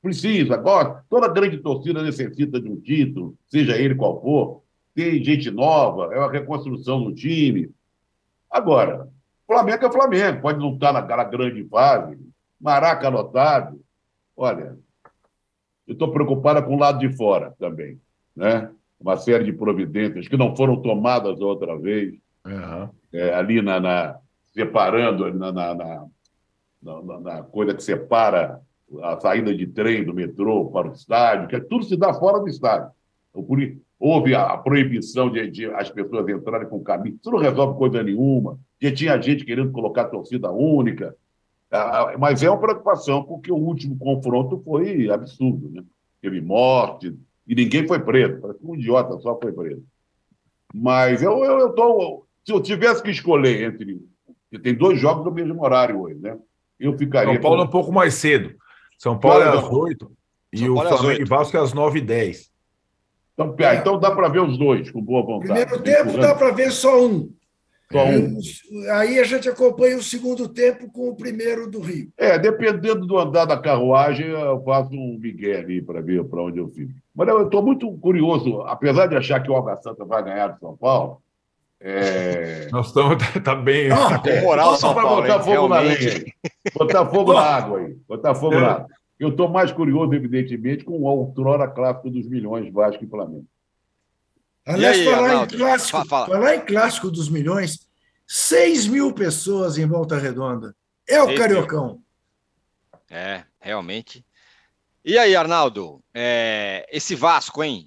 Precisa, gosta. Toda grande torcida necessita de um título, seja ele qual for. Tem gente nova, é uma reconstrução do time. Agora, Flamengo é Flamengo, pode não estar naquela grande fase, Maraca lotado. Olha, eu estou preocupada com o lado de fora também, né? Uma série de providências que não foram tomadas outra vez, uhum. é, ali na, na separando na, na, na, na, na coisa que separa a saída de trem do metrô para o estádio, que tudo se dá fora do estádio. Houve a proibição de, de as pessoas entrarem com caminho, isso não resolve coisa nenhuma. Já tinha gente querendo colocar torcida única, mas é uma preocupação, porque o último confronto foi absurdo, né? Teve morte, e ninguém foi preso, parece que um idiota só foi preso. Mas eu, eu, eu tô, se eu tivesse que escolher entre... Tem dois jogos do mesmo horário hoje, né? Eu ficaria... São Paulo com... é um pouco mais cedo. São Paulo é às oito e o Flamengo e Vasco é às nove e dez. Então, é. então dá para ver os dois, com boa vontade. Primeiro tempo dá para ver só um. Só um. Aí a gente acompanha o segundo tempo com o primeiro do Rio. É, dependendo do andar da carruagem, eu faço um migué ali para ver para onde eu fico. Mas eu estou muito curioso, apesar de achar que o Água Santa vai ganhar do São Paulo. É... Nós estamos tá bem. Ah, com moral, São Paulo. Botar hein, fogo realmente. na lenha. Botar fogo na água aí. Botar fogo é. na água. Eu estou mais curioso, evidentemente, com o outrora clássico dos milhões, Vasco e Flamengo. Aliás, aí, falar, em clássico, fala. falar em clássico dos milhões, seis mil pessoas em Volta Redonda. É o Cariocão. É, realmente. E aí, Arnaldo, é, esse Vasco, hein?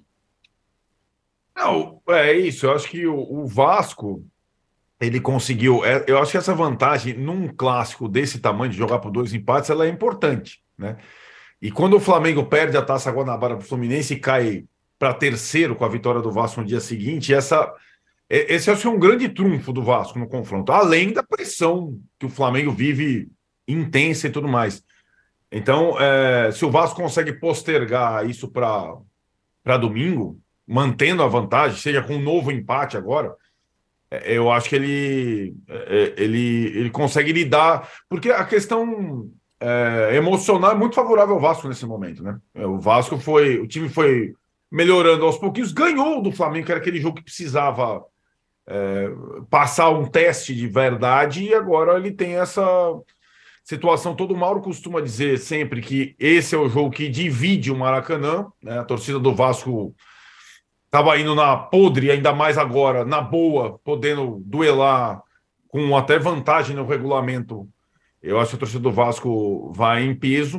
Não, é isso. Eu acho que o, o Vasco, ele conseguiu... É, eu acho que essa vantagem, num clássico desse tamanho, de jogar por dois empates, ela é importante, né? E quando o Flamengo perde a Taça Guanabara para o Fluminense e cai para terceiro com a vitória do Vasco no dia seguinte, essa, esse acho que é um grande trunfo do Vasco no confronto, além da pressão que o Flamengo vive intensa e tudo mais. Então, é, se o Vasco consegue postergar isso para domingo, mantendo a vantagem, seja com um novo empate agora, é, eu acho que ele, é, ele, ele consegue lidar, porque a questão... É, emocional é muito favorável ao Vasco nesse momento, né? O Vasco foi, o time foi melhorando aos pouquinhos, ganhou do Flamengo, que era aquele jogo que precisava é, passar um teste de verdade, e agora ele tem essa situação. Todo Mauro costuma dizer sempre que esse é o jogo que divide o Maracanã, né? A torcida do Vasco estava indo na podre, ainda mais agora, na boa, podendo duelar com até vantagem no regulamento. Eu acho que a torcida do Vasco vai em peso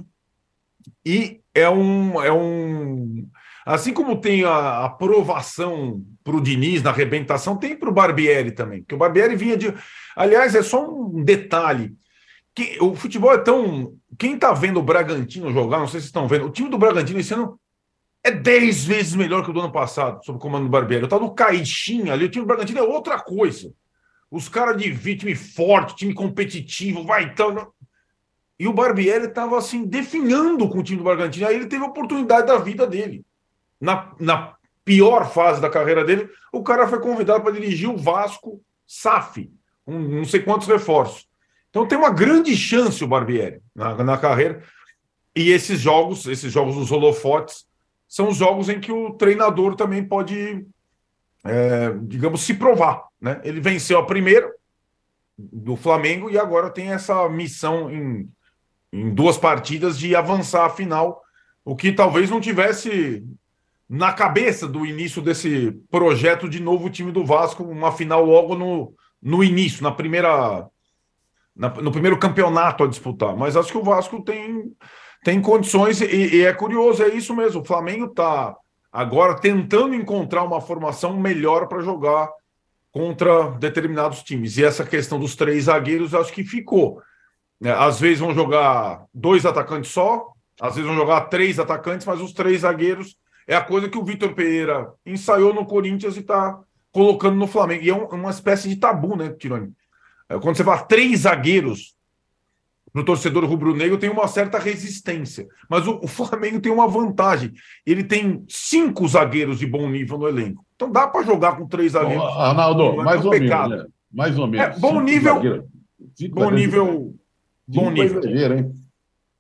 e é um... É um assim como tem a aprovação para o Diniz na arrebentação, tem para o Barbieri também, porque o Barbieri vinha de... Aliás, é só um detalhe, que o futebol é tão... Quem está vendo o Bragantino jogar, não sei se vocês estão vendo, o time do Bragantino esse ano é dez vezes melhor que o do ano passado, sob o comando do Barbieri. Eu estava no Caixinha ali, o time do Bragantino é outra coisa. Os caras de time forte, time competitivo, vai então. E o Barbieri estava assim, definhando com o time do Bragantino. Aí ele teve a oportunidade da vida dele. Na, na pior fase da carreira dele, o cara foi convidado para dirigir o Vasco S A F, com não sei quantos reforços. Então tem uma grande chance o Barbieri na, na carreira. E esses jogos, esses jogos dos holofotes, são os jogos em que o treinador também pode. É, digamos, se provar, né? Ele venceu a primeira do Flamengo e agora tem essa missão em, em duas partidas de avançar a final, o que talvez não tivesse na cabeça do início desse projeto de novo time do Vasco, uma final logo no, no início, na primeira, na, no primeiro campeonato a disputar. Mas acho que o Vasco tem, tem condições e, e é curioso, é isso mesmo, o Flamengo está agora tentando encontrar uma formação melhor para jogar contra determinados times. E essa questão dos três zagueiros, acho que ficou. Às vezes vão jogar dois atacantes só, às vezes vão jogar três atacantes, mas os três zagueiros é a coisa que o Vitor Pereira ensaiou no Corinthians e está colocando no Flamengo. E é um, uma espécie de tabu, né, Tironi? Quando você fala três zagueiros, no torcedor rubro-negro tem uma certa resistência, mas o, o Flamengo tem uma vantagem, ele tem cinco zagueiros de bom nível no elenco, então dá para jogar com três zagueiros. Bom, Arnaldo, mais, é ou menos, né? mais ou menos, é, bom nível, bom nível, bom nível, exagero, hein?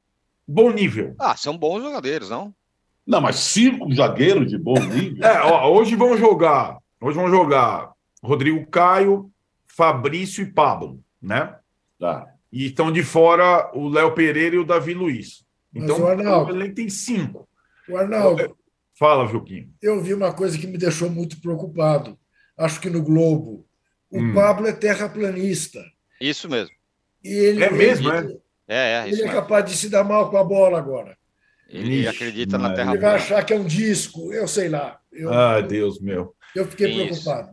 bom nível. Ah, são bons jogadores, não? Não, mas cinco zagueiros de bom nível. É, ó, hoje vão jogar. Hoje vão jogar Rodrigo Caio, Fabrício e Pablo, né? Tá. E estão de fora o Léo Pereira e o Davi Luiz. Então, Mas o Arnaldo, o elenco tem cinco. O Arnaldo, Fala, Vilquinho. Eu vi uma coisa que me deixou muito preocupado. Acho que no Globo. O Hum. Pablo é terraplanista. Isso mesmo. E ele, É mesmo, ele, é? É, é. Ele é capaz de se dar mal com a bola agora. Ele Ixi, acredita na Terra. Ele vai achar que é um disco, eu sei lá. Eu, ah, Deus meu. Eu fiquei Isso. preocupado.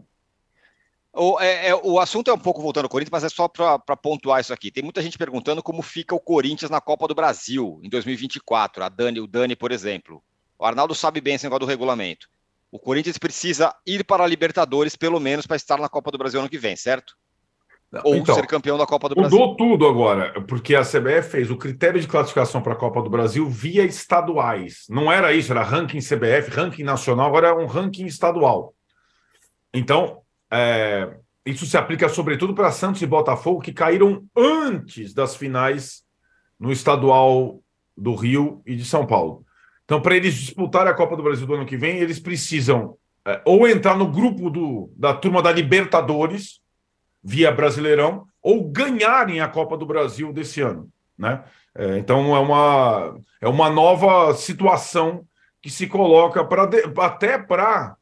O, é, é, o assunto é um pouco voltando ao Corinthians, mas é só para pontuar isso aqui. Tem muita gente perguntando como fica o Corinthians na Copa do Brasil em dois mil e vinte e quatro. A Dani, o Dani, por exemplo. O Arnaldo sabe bem esse negócio do regulamento. O Corinthians precisa ir para a Libertadores, pelo menos, para estar na Copa do Brasil ano que vem, certo? Ou então, ser campeão da Copa do Brasil. Mudou tudo agora, porque a C B F fez o critério de classificação para a Copa do Brasil via estaduais. Não era isso, era ranking C B F, ranking nacional, agora é um ranking estadual. Então, é, isso se aplica sobretudo para Santos e Botafogo, que caíram antes das finais no estadual do Rio e de São Paulo. Então, para eles disputarem a Copa do Brasil do ano que vem, eles precisam é, ou entrar no grupo do, da turma da Libertadores, via Brasileirão, ou ganharem a Copa do Brasil desse ano, né? É, então, é uma, é uma nova situação que se coloca pra de, até para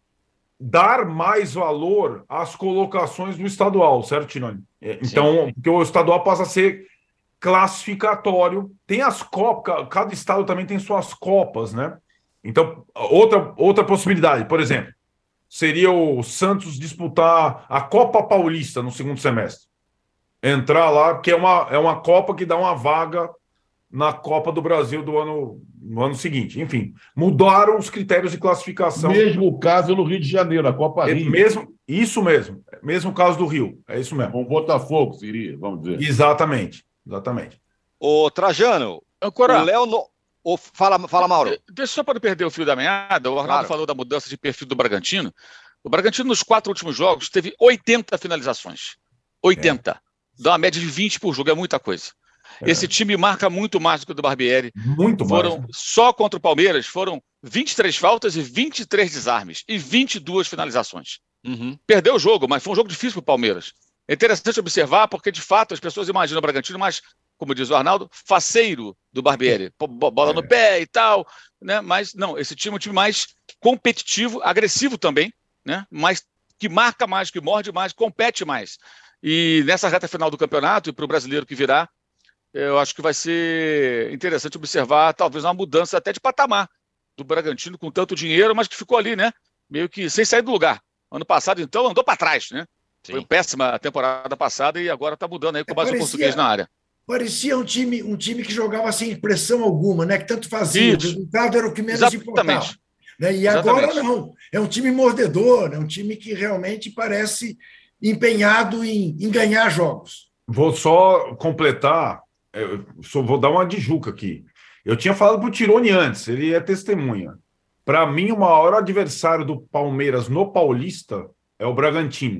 dar mais valor às colocações do estadual, certo, Tironi? É, então, porque o estadual passa a ser classificatório, tem as copas, cada estado também tem suas copas, né? Então, outra, outra possibilidade, por exemplo, seria o Santos disputar a Copa Paulista no segundo semestre. Entrar lá, porque é uma, é uma Copa que dá uma vaga na Copa do Brasil do ano, no ano seguinte. Enfim, mudaram os critérios de classificação. Mesmo caso no Rio de Janeiro, a Copa É Rio. mesmo, isso mesmo. Mesmo caso do Rio. É isso mesmo. Com o Botafogo seria, vamos dizer. Exatamente. Exatamente. Ô, Trajano, Ancora, o Léo... No... Oh, fala, fala, Mauro. Deixa só para não perder o fio da meada. O Arnaldo Claro. falou da mudança de perfil do Bragantino. O Bragantino, nos quatro últimos jogos, teve oitenta finalizações. oitenta. É. Dá uma média de vinte por jogo, é muita coisa. É. Esse time marca muito mais do que o do Barbieri. Muito foram, mais. Só contra o Palmeiras foram vinte e três faltas e vinte e três desarmes. E vinte e duas finalizações. Uhum. Perdeu o jogo, mas foi um jogo difícil para o Palmeiras. É interessante observar, porque, de fato, as pessoas imaginam o Bragantino mais, como diz o Arnaldo, faceiro do Barbieri. Bola no pé e tal, né? Mas não, esse time é um time mais competitivo, agressivo também, né? Mas que marca mais, que morde mais, compete mais. E nessa reta final do campeonato, e para o brasileiro que virá, eu acho que vai ser interessante observar talvez uma mudança até de patamar do Bragantino com tanto dinheiro, mas que ficou ali, né? Meio que sem sair do lugar. Ano passado, então, andou para trás, né? Sim. Foi péssima a temporada passada e agora está mudando aí com mais um português na área. Parecia um time, um time que jogava sem pressão alguma, né? Que tanto fazia. Isso. O resultado era o que menos Exatamente. importava. Né? E Exatamente. Agora não. É um time mordedor, é um time que realmente parece empenhado em, em ganhar jogos. Vou só completar, eu só vou dar uma de Juca aqui. Eu tinha falado para o Tironi antes, ele é testemunha. Para mim, o maior adversário do Palmeiras no Paulista é o Bragantino.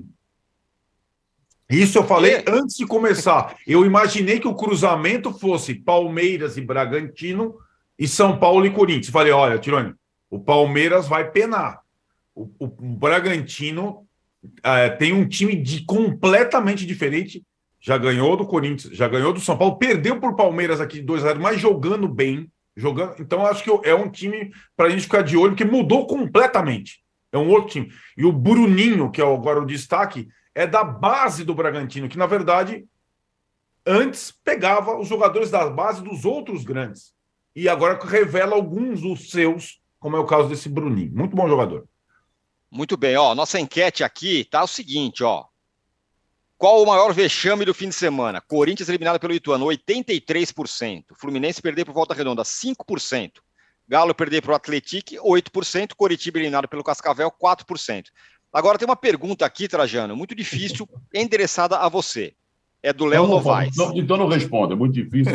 Isso eu falei é. antes de começar. Eu imaginei que o cruzamento fosse Palmeiras e Bragantino e São Paulo e Corinthians. Falei, olha, Tironi, o Palmeiras vai penar. O, o Bragantino é, tem um time de completamente diferente. Já ganhou do Corinthians, já ganhou do São Paulo, perdeu por Palmeiras aqui dois a zero, mas jogando bem. Jogando. Então, acho que é um time para a gente ficar de olho, que mudou completamente. É um outro time. E o Bruninho, que é agora o destaque, é da base do Bragantino, que, na verdade, antes pegava os jogadores da base dos outros grandes. E agora revela alguns dos seus, como é o caso desse Bruninho. Muito bom jogador. Muito bem. Ó, nossa enquete aqui tá o seguinte, ó. Qual o maior vexame do fim de semana? Corinthians eliminado pelo Ituano, oitenta e três por cento. Fluminense perder por Volta Redonda, cinco por cento. Galo perder para o Atlético, oito por cento. Coritiba eliminado pelo Cascavel, quatro por cento. Agora tem uma pergunta aqui, Trajano, muito difícil, endereçada a você. É do Léo Novaes. Não, então não responda, é muito difícil.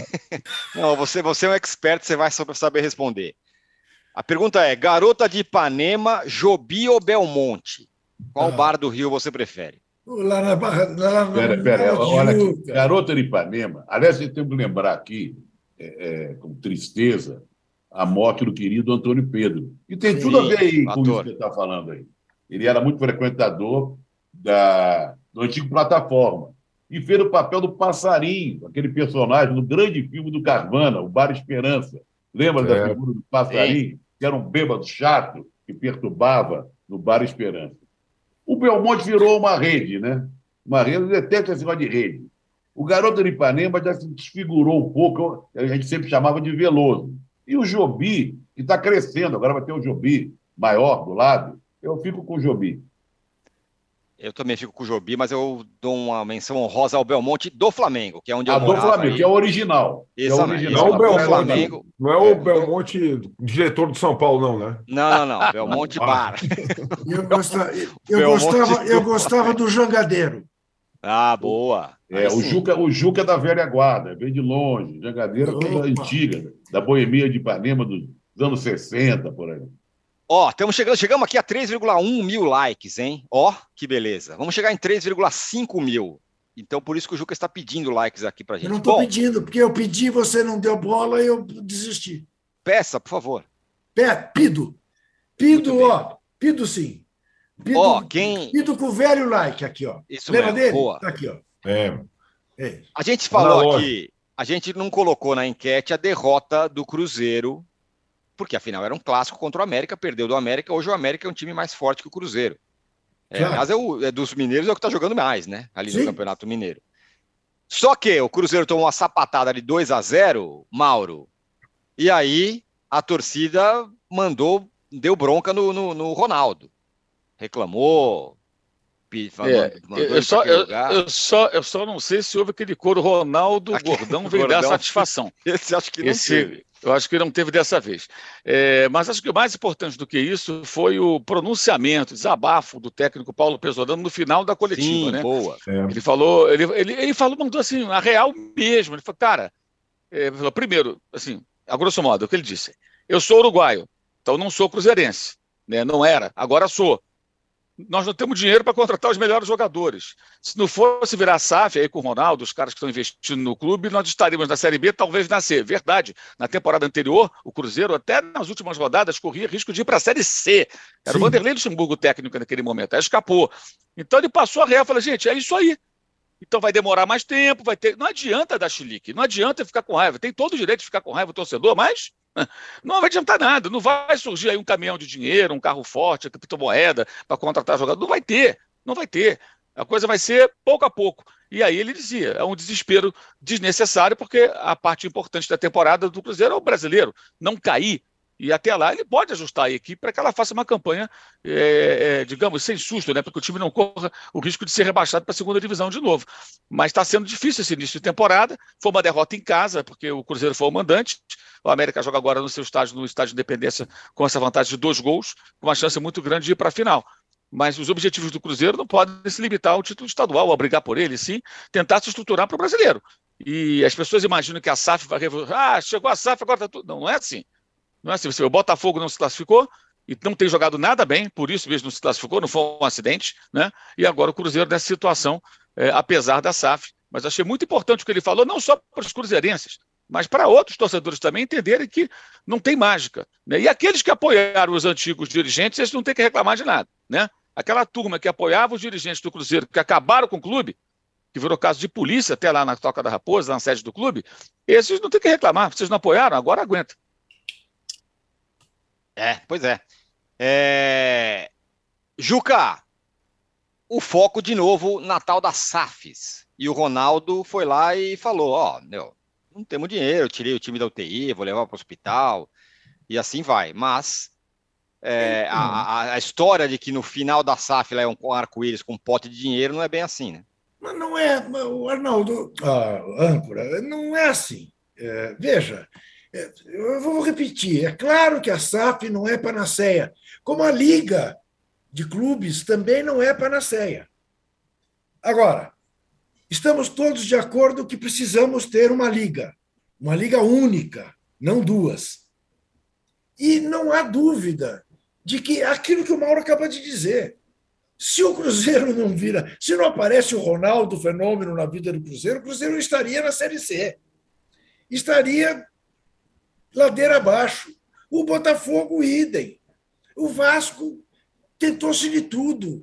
Não, você, você é um expert, você vai saber responder. A pergunta é, Garota de Ipanema, Jobi ou Belmonte? Qual ah. bar do Rio você prefere? Lá na Barra... Lá na, pera, pera, olha aqui, Garota de Ipanema. Aliás, eu tenho que lembrar aqui é, com tristeza a morte do querido Antônio Pedro. E tem Sim, tudo a ver aí com isso que você está falando aí. Ele era muito frequentador da, do antigo Plataforma e fez o papel do Passarinho, aquele personagem do grande filme do Carvana, o Bar Esperança. Lembra é. da figura do Passarinho? Sim. Que era um bêbado chato que perturbava no Bar Esperança. O Belmonte virou uma rede, né? Uma rede, eu detesto esse negócio de rede. O Garoto de Ipanema já se desfigurou um pouco, a gente sempre chamava de Veloso. E o Jobi, que está crescendo, agora vai ter o Jobi maior do lado, eu fico com o Jobi. Eu também fico com o Jobi, mas eu dou uma menção honrosa ao Belmonte do Flamengo, que é onde eu ah, morava. do Flamengo, aí. Que é o original. Exatamente. É o original. Não, o Belmonte, Flamengo. Não é o é. Belmonte diretor do São Paulo, não, né? Não, não, não. Belmonte Bar. Eu, gostava, eu, gostava, eu gostava do Jangadeiro. Ah, boa. É, o Juca, o Juca da velha guarda, vem de longe. Jangadeiro é coisa antiga, da boemia de Ipanema dos anos sessenta, por aí. Ó, estamos chegando, chegamos aqui a três vírgula um mil likes, hein? Ó, que beleza. Vamos chegar em três vírgula cinco mil. Então, por isso que o Juca está pedindo likes aqui pra gente. Eu não estou pedindo, porque eu pedi, você não deu bola e eu desisti. Peça, por favor. Pé, pido. Pido, ó. Pido sim. Pido, ó, quem... pido com o velho like aqui, ó. Isso Lembra mesmo, dele? boa. Tá aqui, ó. É. é. A gente falou aqui, a gente não colocou na enquete a derrota do Cruzeiro, porque afinal era um clássico contra o América, perdeu do América, hoje o América é um time mais forte que o Cruzeiro. É, claro. Aliás, é, o, é dos mineiros é o que está jogando mais, né? Ali Sim. no Campeonato Mineiro. Só que o Cruzeiro tomou uma sapatada de dois a zero, Mauro, e aí a torcida mandou, deu bronca no, no, no Ronaldo. Reclamou, É, eu, só, eu, eu, só, eu só não sei se houve aquele coro Ronaldo aquele Gordão veio dar satisfação. Esse acho que não Esse, teve. Eu acho que não teve dessa vez. É, mas acho que o mais importante do que isso foi o pronunciamento, desabafo do técnico Paulo Pesolano no final da coletiva. Sim, né? boa. É. Ele falou, ele, ele, ele falou, mandou assim, a real mesmo. Ele falou, cara, é, falou, primeiro, assim, a grosso modo, o que ele disse, eu sou uruguaio, então não sou cruzeirense. Né? Não era, agora sou. Nós não temos dinheiro para contratar os melhores jogadores. Se não fosse virar a S A F aí com o Ronaldo, os caras que estão investindo no clube, nós estaríamos na Série B, talvez na C. Verdade, na temporada anterior, o Cruzeiro, até nas últimas rodadas, corria risco de ir para a Série C. Era Sim. o Vanderlei Luxemburgo técnico naquele momento, aí escapou. Então ele passou a real e falou, gente, é isso aí. Então vai demorar mais tempo, vai ter... Não adianta dar chilique, não adianta ficar com raiva. Tem todo o direito de ficar com raiva o torcedor, mas... não vai adiantar nada, não vai surgir aí um caminhão de dinheiro, um carro forte, criptomoeda para contratar jogador, não vai ter, não vai ter. A coisa vai ser pouco a pouco. E aí ele dizia, é um desespero desnecessário, porque a parte importante da temporada do Cruzeiro é o brasileiro, não cair. E até lá ele pode ajustar a equipe para que ela faça uma campanha, é, é, digamos, sem susto, né? Para que o time não corra o risco de ser rebaixado para a segunda divisão de novo. Mas está sendo difícil esse início de temporada. Foi uma derrota em casa, porque o Cruzeiro foi o mandante. O América joga agora no seu estádio, no estádio de Independência, com essa vantagem de dois gols, com uma chance muito grande de ir para a final. Mas os objetivos do Cruzeiro não podem se limitar ao título estadual, a brigar por ele, sim, tentar se estruturar para o brasileiro. E as pessoas imaginam que a S A F vai revolucionar. Ah, chegou a S A F, agora está tudo. Não, não é assim. Não é assim. O Botafogo não se classificou e não tem jogado nada bem, por isso mesmo não se classificou, não foi um acidente, né? E agora o Cruzeiro nessa situação, é, apesar da S A F. Mas achei muito importante o que ele falou, não só para os cruzeirenses, mas para outros torcedores também entenderem que não tem mágica. Né? E aqueles que apoiaram os antigos dirigentes, eles não têm que reclamar de nada. Né? Aquela turma que apoiava os dirigentes do Cruzeiro, que acabaram com o clube, que virou caso de polícia até lá na Toca da Raposa, na sede do clube, esses não têm que reclamar. Vocês não apoiaram, agora aguenta. É, pois é. é... Juca, o foco de novo na tal das S A Fs. E o Ronaldo foi lá e falou, ó, meu, não temos dinheiro, eu tirei o time da U T I, vou levar para o hospital, e assim vai. Mas é, a, a, a história de que no final da S A F lá é um arco-íris com um pote de dinheiro não é bem assim, né? Mas não é, o Arnaldo, ah, âncora, não é assim. É, veja, é, eu vou repetir, é claro que a S A F não é panaceia, como a Liga de Clubes também não é panaceia. Agora, estamos todos de acordo que precisamos ter uma liga, uma liga única, não duas. E não há dúvida de que aquilo que o Mauro acaba de dizer, se o Cruzeiro não vira, se não aparece o Ronaldo fenômeno na vida do Cruzeiro, o Cruzeiro estaria na Série C. Estaria ladeira abaixo. O Botafogo, idem. O Vasco tentou-se de tudo.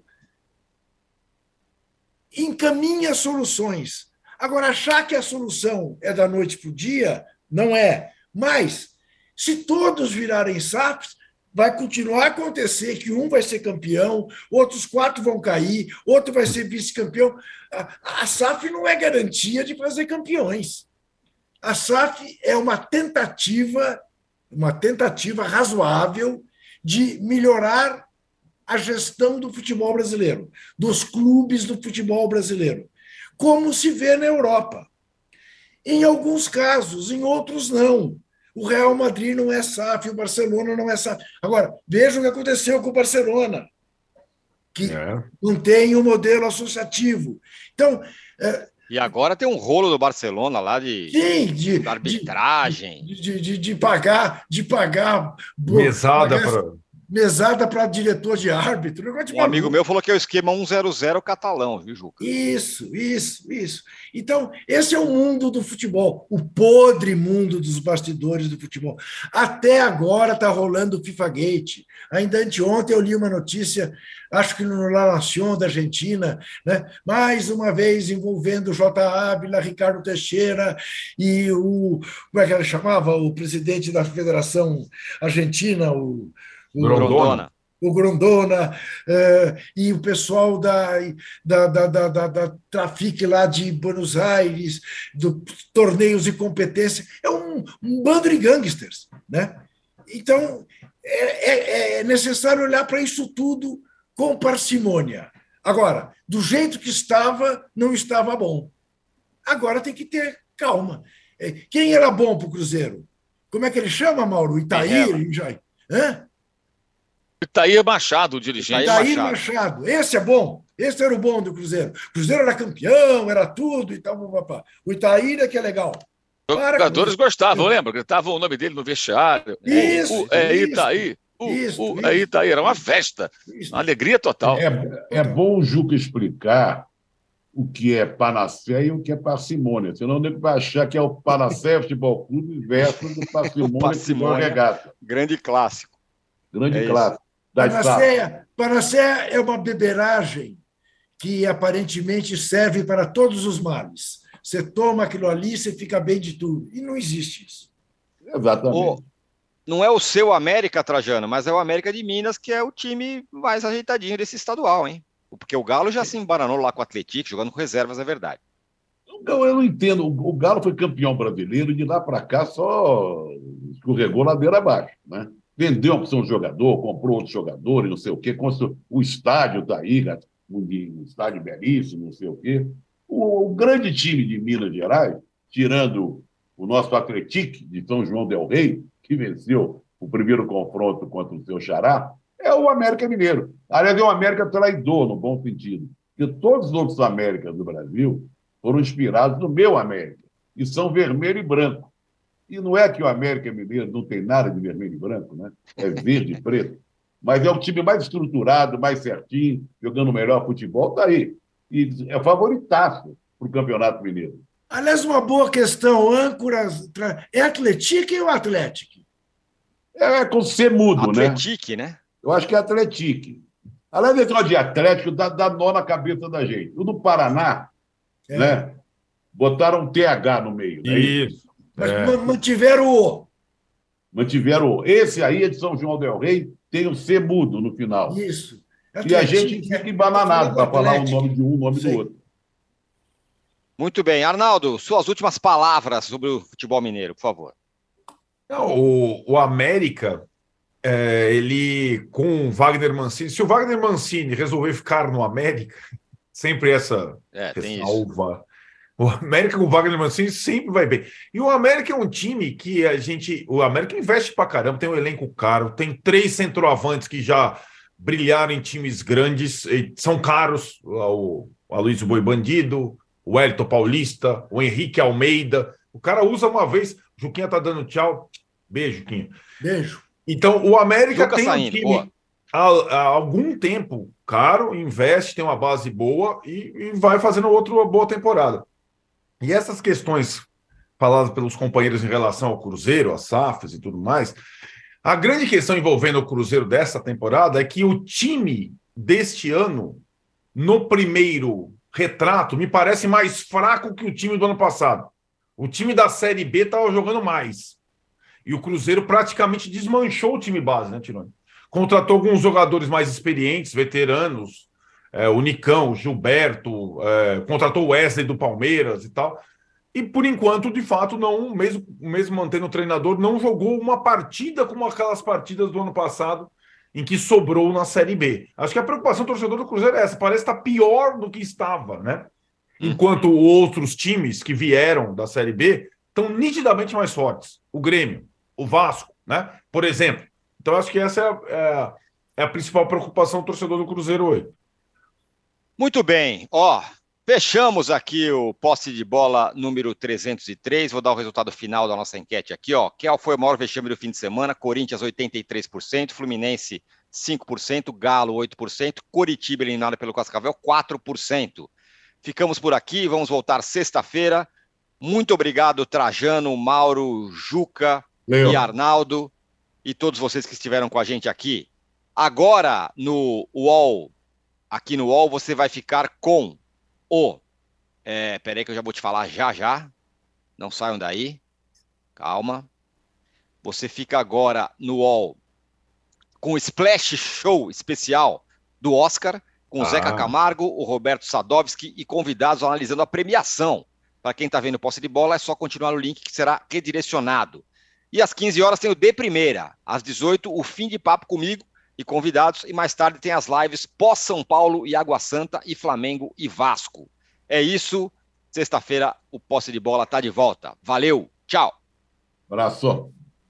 Encaminha soluções. Agora, achar que a solução é da noite para o dia, não é. Mas, se todos virarem S A Fs, vai continuar a acontecer que um vai ser campeão, outros quatro vão cair, outro vai ser vice-campeão. A, a S A F não é garantia de fazer campeões. A S A F é uma tentativa, uma tentativa razoável de melhorar a gestão do futebol brasileiro, dos clubes do futebol brasileiro, como se vê na Europa. Em alguns casos, em outros não. O Real Madrid não é S A F, o Barcelona não é S A F. Agora, veja o que aconteceu com o Barcelona, que é. não tem um modelo associativo. Então... É, e agora tem um rolo do Barcelona lá de, sim, de, de arbitragem. De, de, de, de pagar... De pagar mesada para... mesada para diretor de árbitro. De um amigo meu falou que é o esquema um zero zero catalão, viu, Juca? Isso, isso, isso. Então, esse é o mundo do futebol, o podre mundo dos bastidores do futebol. Até agora está rolando o FIFA Gate. Ainda anteontem eu li uma notícia, acho que no La Nación da Argentina, né? Mais uma vez envolvendo o J. Ávila, Ricardo Teixeira e o... Como é que ele chamava? O presidente da Federação Argentina, o... O Grondona. O Grondona eh, e o pessoal da, da, da, da, da, da Trafic lá de Buenos Aires, do torneios de competência. É um, um bando de gangsters, né? Então, é, é, é necessário olhar para isso tudo com parcimônia. Agora, do jeito que estava, não estava bom. Agora tem que ter calma. Quem era bom para o Cruzeiro? Como é que ele chama, Mauro? Itaí? Já... Hã? Itaí Machado, o dirigente. Itaí Machado. Machado. Esse é bom. Esse era o bom do Cruzeiro. O Cruzeiro era campeão, era tudo e tal. Papá. O Itaí é que é legal. Os jogadores gostavam, lembra? Gritavam o nome dele no vestiário. Isso, o, o, é isso, Itaí. O, isso, o, isso. É Itaí. Era uma festa. Isso. Uma alegria total. É, é bom o Juca explicar o que é Panacea e o que é parcimônia. Senão o nego vai achar que é o Panacea Futebol Clube versus o Parcimônia Futebol Regata. Grande clássico. Grande é clássico. Panacea, Panacea é uma beberagem que aparentemente serve para todos os males. Você toma aquilo ali, você fica bem de tudo. E não existe isso. Exatamente. O, não é o seu América, Trajano, mas é o América de Minas, que é o time mais ajeitadinho desse estadual, hein? Porque o Galo já se embaranou lá com o Atlético, jogando com reservas, é verdade. Então, eu não entendo. O Galo foi campeão brasileiro e de lá para cá só escorregou ladeira abaixo, né? Vendeu a opção de jogador, comprou outros jogadores, não sei o quê, construiu o estádio está aí, um estádio belíssimo, não sei o quê. O, o grande time de Minas Gerais, tirando o nosso Atlético de São João del Rei, que venceu o primeiro confronto contra o seu xará, é o América Mineiro. Aliás, é o América traidor, no bom sentido. Porque todos os outros Américas do Brasil foram inspirados no meu América, e são vermelho e branco. E não é que o América Mineiro não tem nada de vermelho e branco, né? É verde e preto. Mas é o time mais estruturado, mais certinho, jogando o melhor futebol, está aí. E é favoritaço para o Campeonato Mineiro. Aliás, uma boa questão, âncoras. É Atlético ou Atlético? É com ser mudo, né? Atlético, né? Eu acho que é Atlético. Aliás, esse negócio de Atlético dá, dá nó na cabeça da gente. O do Paraná, é. né? Botaram um T H no meio. Né? Isso. Mas é. mantiveram o. Mantiveram o. Esse aí é de São João del Rei, tem o C mudo no final. Isso. Atlético, e a gente fica embananado para falar o nome de um, o nome Sim. do outro. Muito bem. Arnaldo, suas últimas palavras sobre o futebol mineiro, por favor. Não, o, o América, é, ele com o Wagner Mancini, se o Wagner Mancini resolver ficar no América, sempre essa é, tem ressalva. Isso. O América com o Wagner Mancini sempre vai bem. E o América é um time que a gente... O América investe pra caramba, tem um elenco caro, tem três centroavantes que já brilharam em times grandes, são caros, o, o Aloysio Boi Bandido, o Wellington Paulista, o Henrique Almeida. O cara usa uma vez, o Juquinha tá dando tchau. Beijo, Juquinha. Beijo. Então, o América Juca tem saindo, um time há, há algum tempo caro, investe, tem uma base boa e, e vai fazendo outra boa temporada. E essas questões falado pelos companheiros em relação ao Cruzeiro, as S A Fs e tudo mais. A grande questão envolvendo o Cruzeiro dessa temporada é que o time deste ano, no primeiro retrato, me parece mais fraco que o time do ano passado. O time da Série B estava jogando mais. E o Cruzeiro praticamente desmanchou o time base, né, Tironi? Contratou alguns jogadores mais experientes, veteranos, é, o Nicão, o Gilberto, é, contratou o Wesley do Palmeiras e tal. E, por enquanto, de fato, não, mesmo, mesmo mantendo o treinador, não jogou uma partida como aquelas partidas do ano passado em que sobrou na Série B. Acho que a preocupação do torcedor do Cruzeiro é essa, parece estar pior do que estava, né? Enquanto outros times que vieram da Série B estão nitidamente mais fortes. O Grêmio, o Vasco, né? Por exemplo. Então, acho que essa é a, é a, é a principal preocupação do torcedor do Cruzeiro hoje. Muito bem. Ó, fechamos aqui o posse de bola número trezentos e três. Vou dar o resultado final da nossa enquete aqui, ó. Qual foi o maior vexame do fim de semana? Corinthians, oitenta e três por cento. Fluminense, cinco por cento. Galo, oito por cento. Coritiba, eliminado pelo Cascavel, quatro por cento. Ficamos por aqui, vamos voltar sexta-feira. Muito obrigado, Trajano, Mauro, Juca Meu. e Arnaldo e todos vocês que estiveram com a gente aqui. Agora, no U O L, aqui no U O L, você vai ficar com o... É, peraí que eu já vou te falar já, já. Não saiam daí. Calma. Você fica agora no U O L com o Splash Show especial do Oscar, com o Ah. Zeca Camargo, o Roberto Sadovski e convidados analisando a premiação. Para quem está vendo posse de bola, é só continuar no link que será redirecionado. E às quinze horas tem o De Primeira. Às dezoito, o Fim de Papo comigo e convidados. E mais tarde tem as lives pós-São Paulo e Água Santa e Flamengo e Vasco. É isso. Sexta-feira o posse de bola está de volta. Valeu. Tchau. Abraço.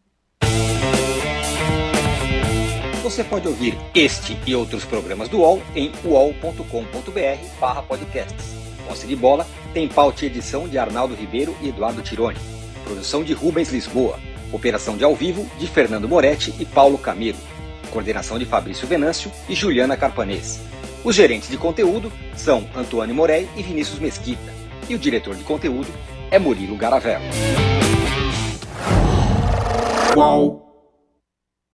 Você pode ouvir este e outros programas do U O L em uol ponto com ponto br barra podcasts. Posse de bola tem pauta e edição de Arnaldo Ribeiro e Eduardo Tironi. Produção de Rubens Lisboa. Operação de ao vivo de Fernando Moretti e Paulo Camilo. Coordenação de Fabrício Venâncio e Juliana Carpanês. Os gerentes de conteúdo são Antônio Morei e Vinícius Mesquita. E o diretor de conteúdo é Murilo Garavello. Uau.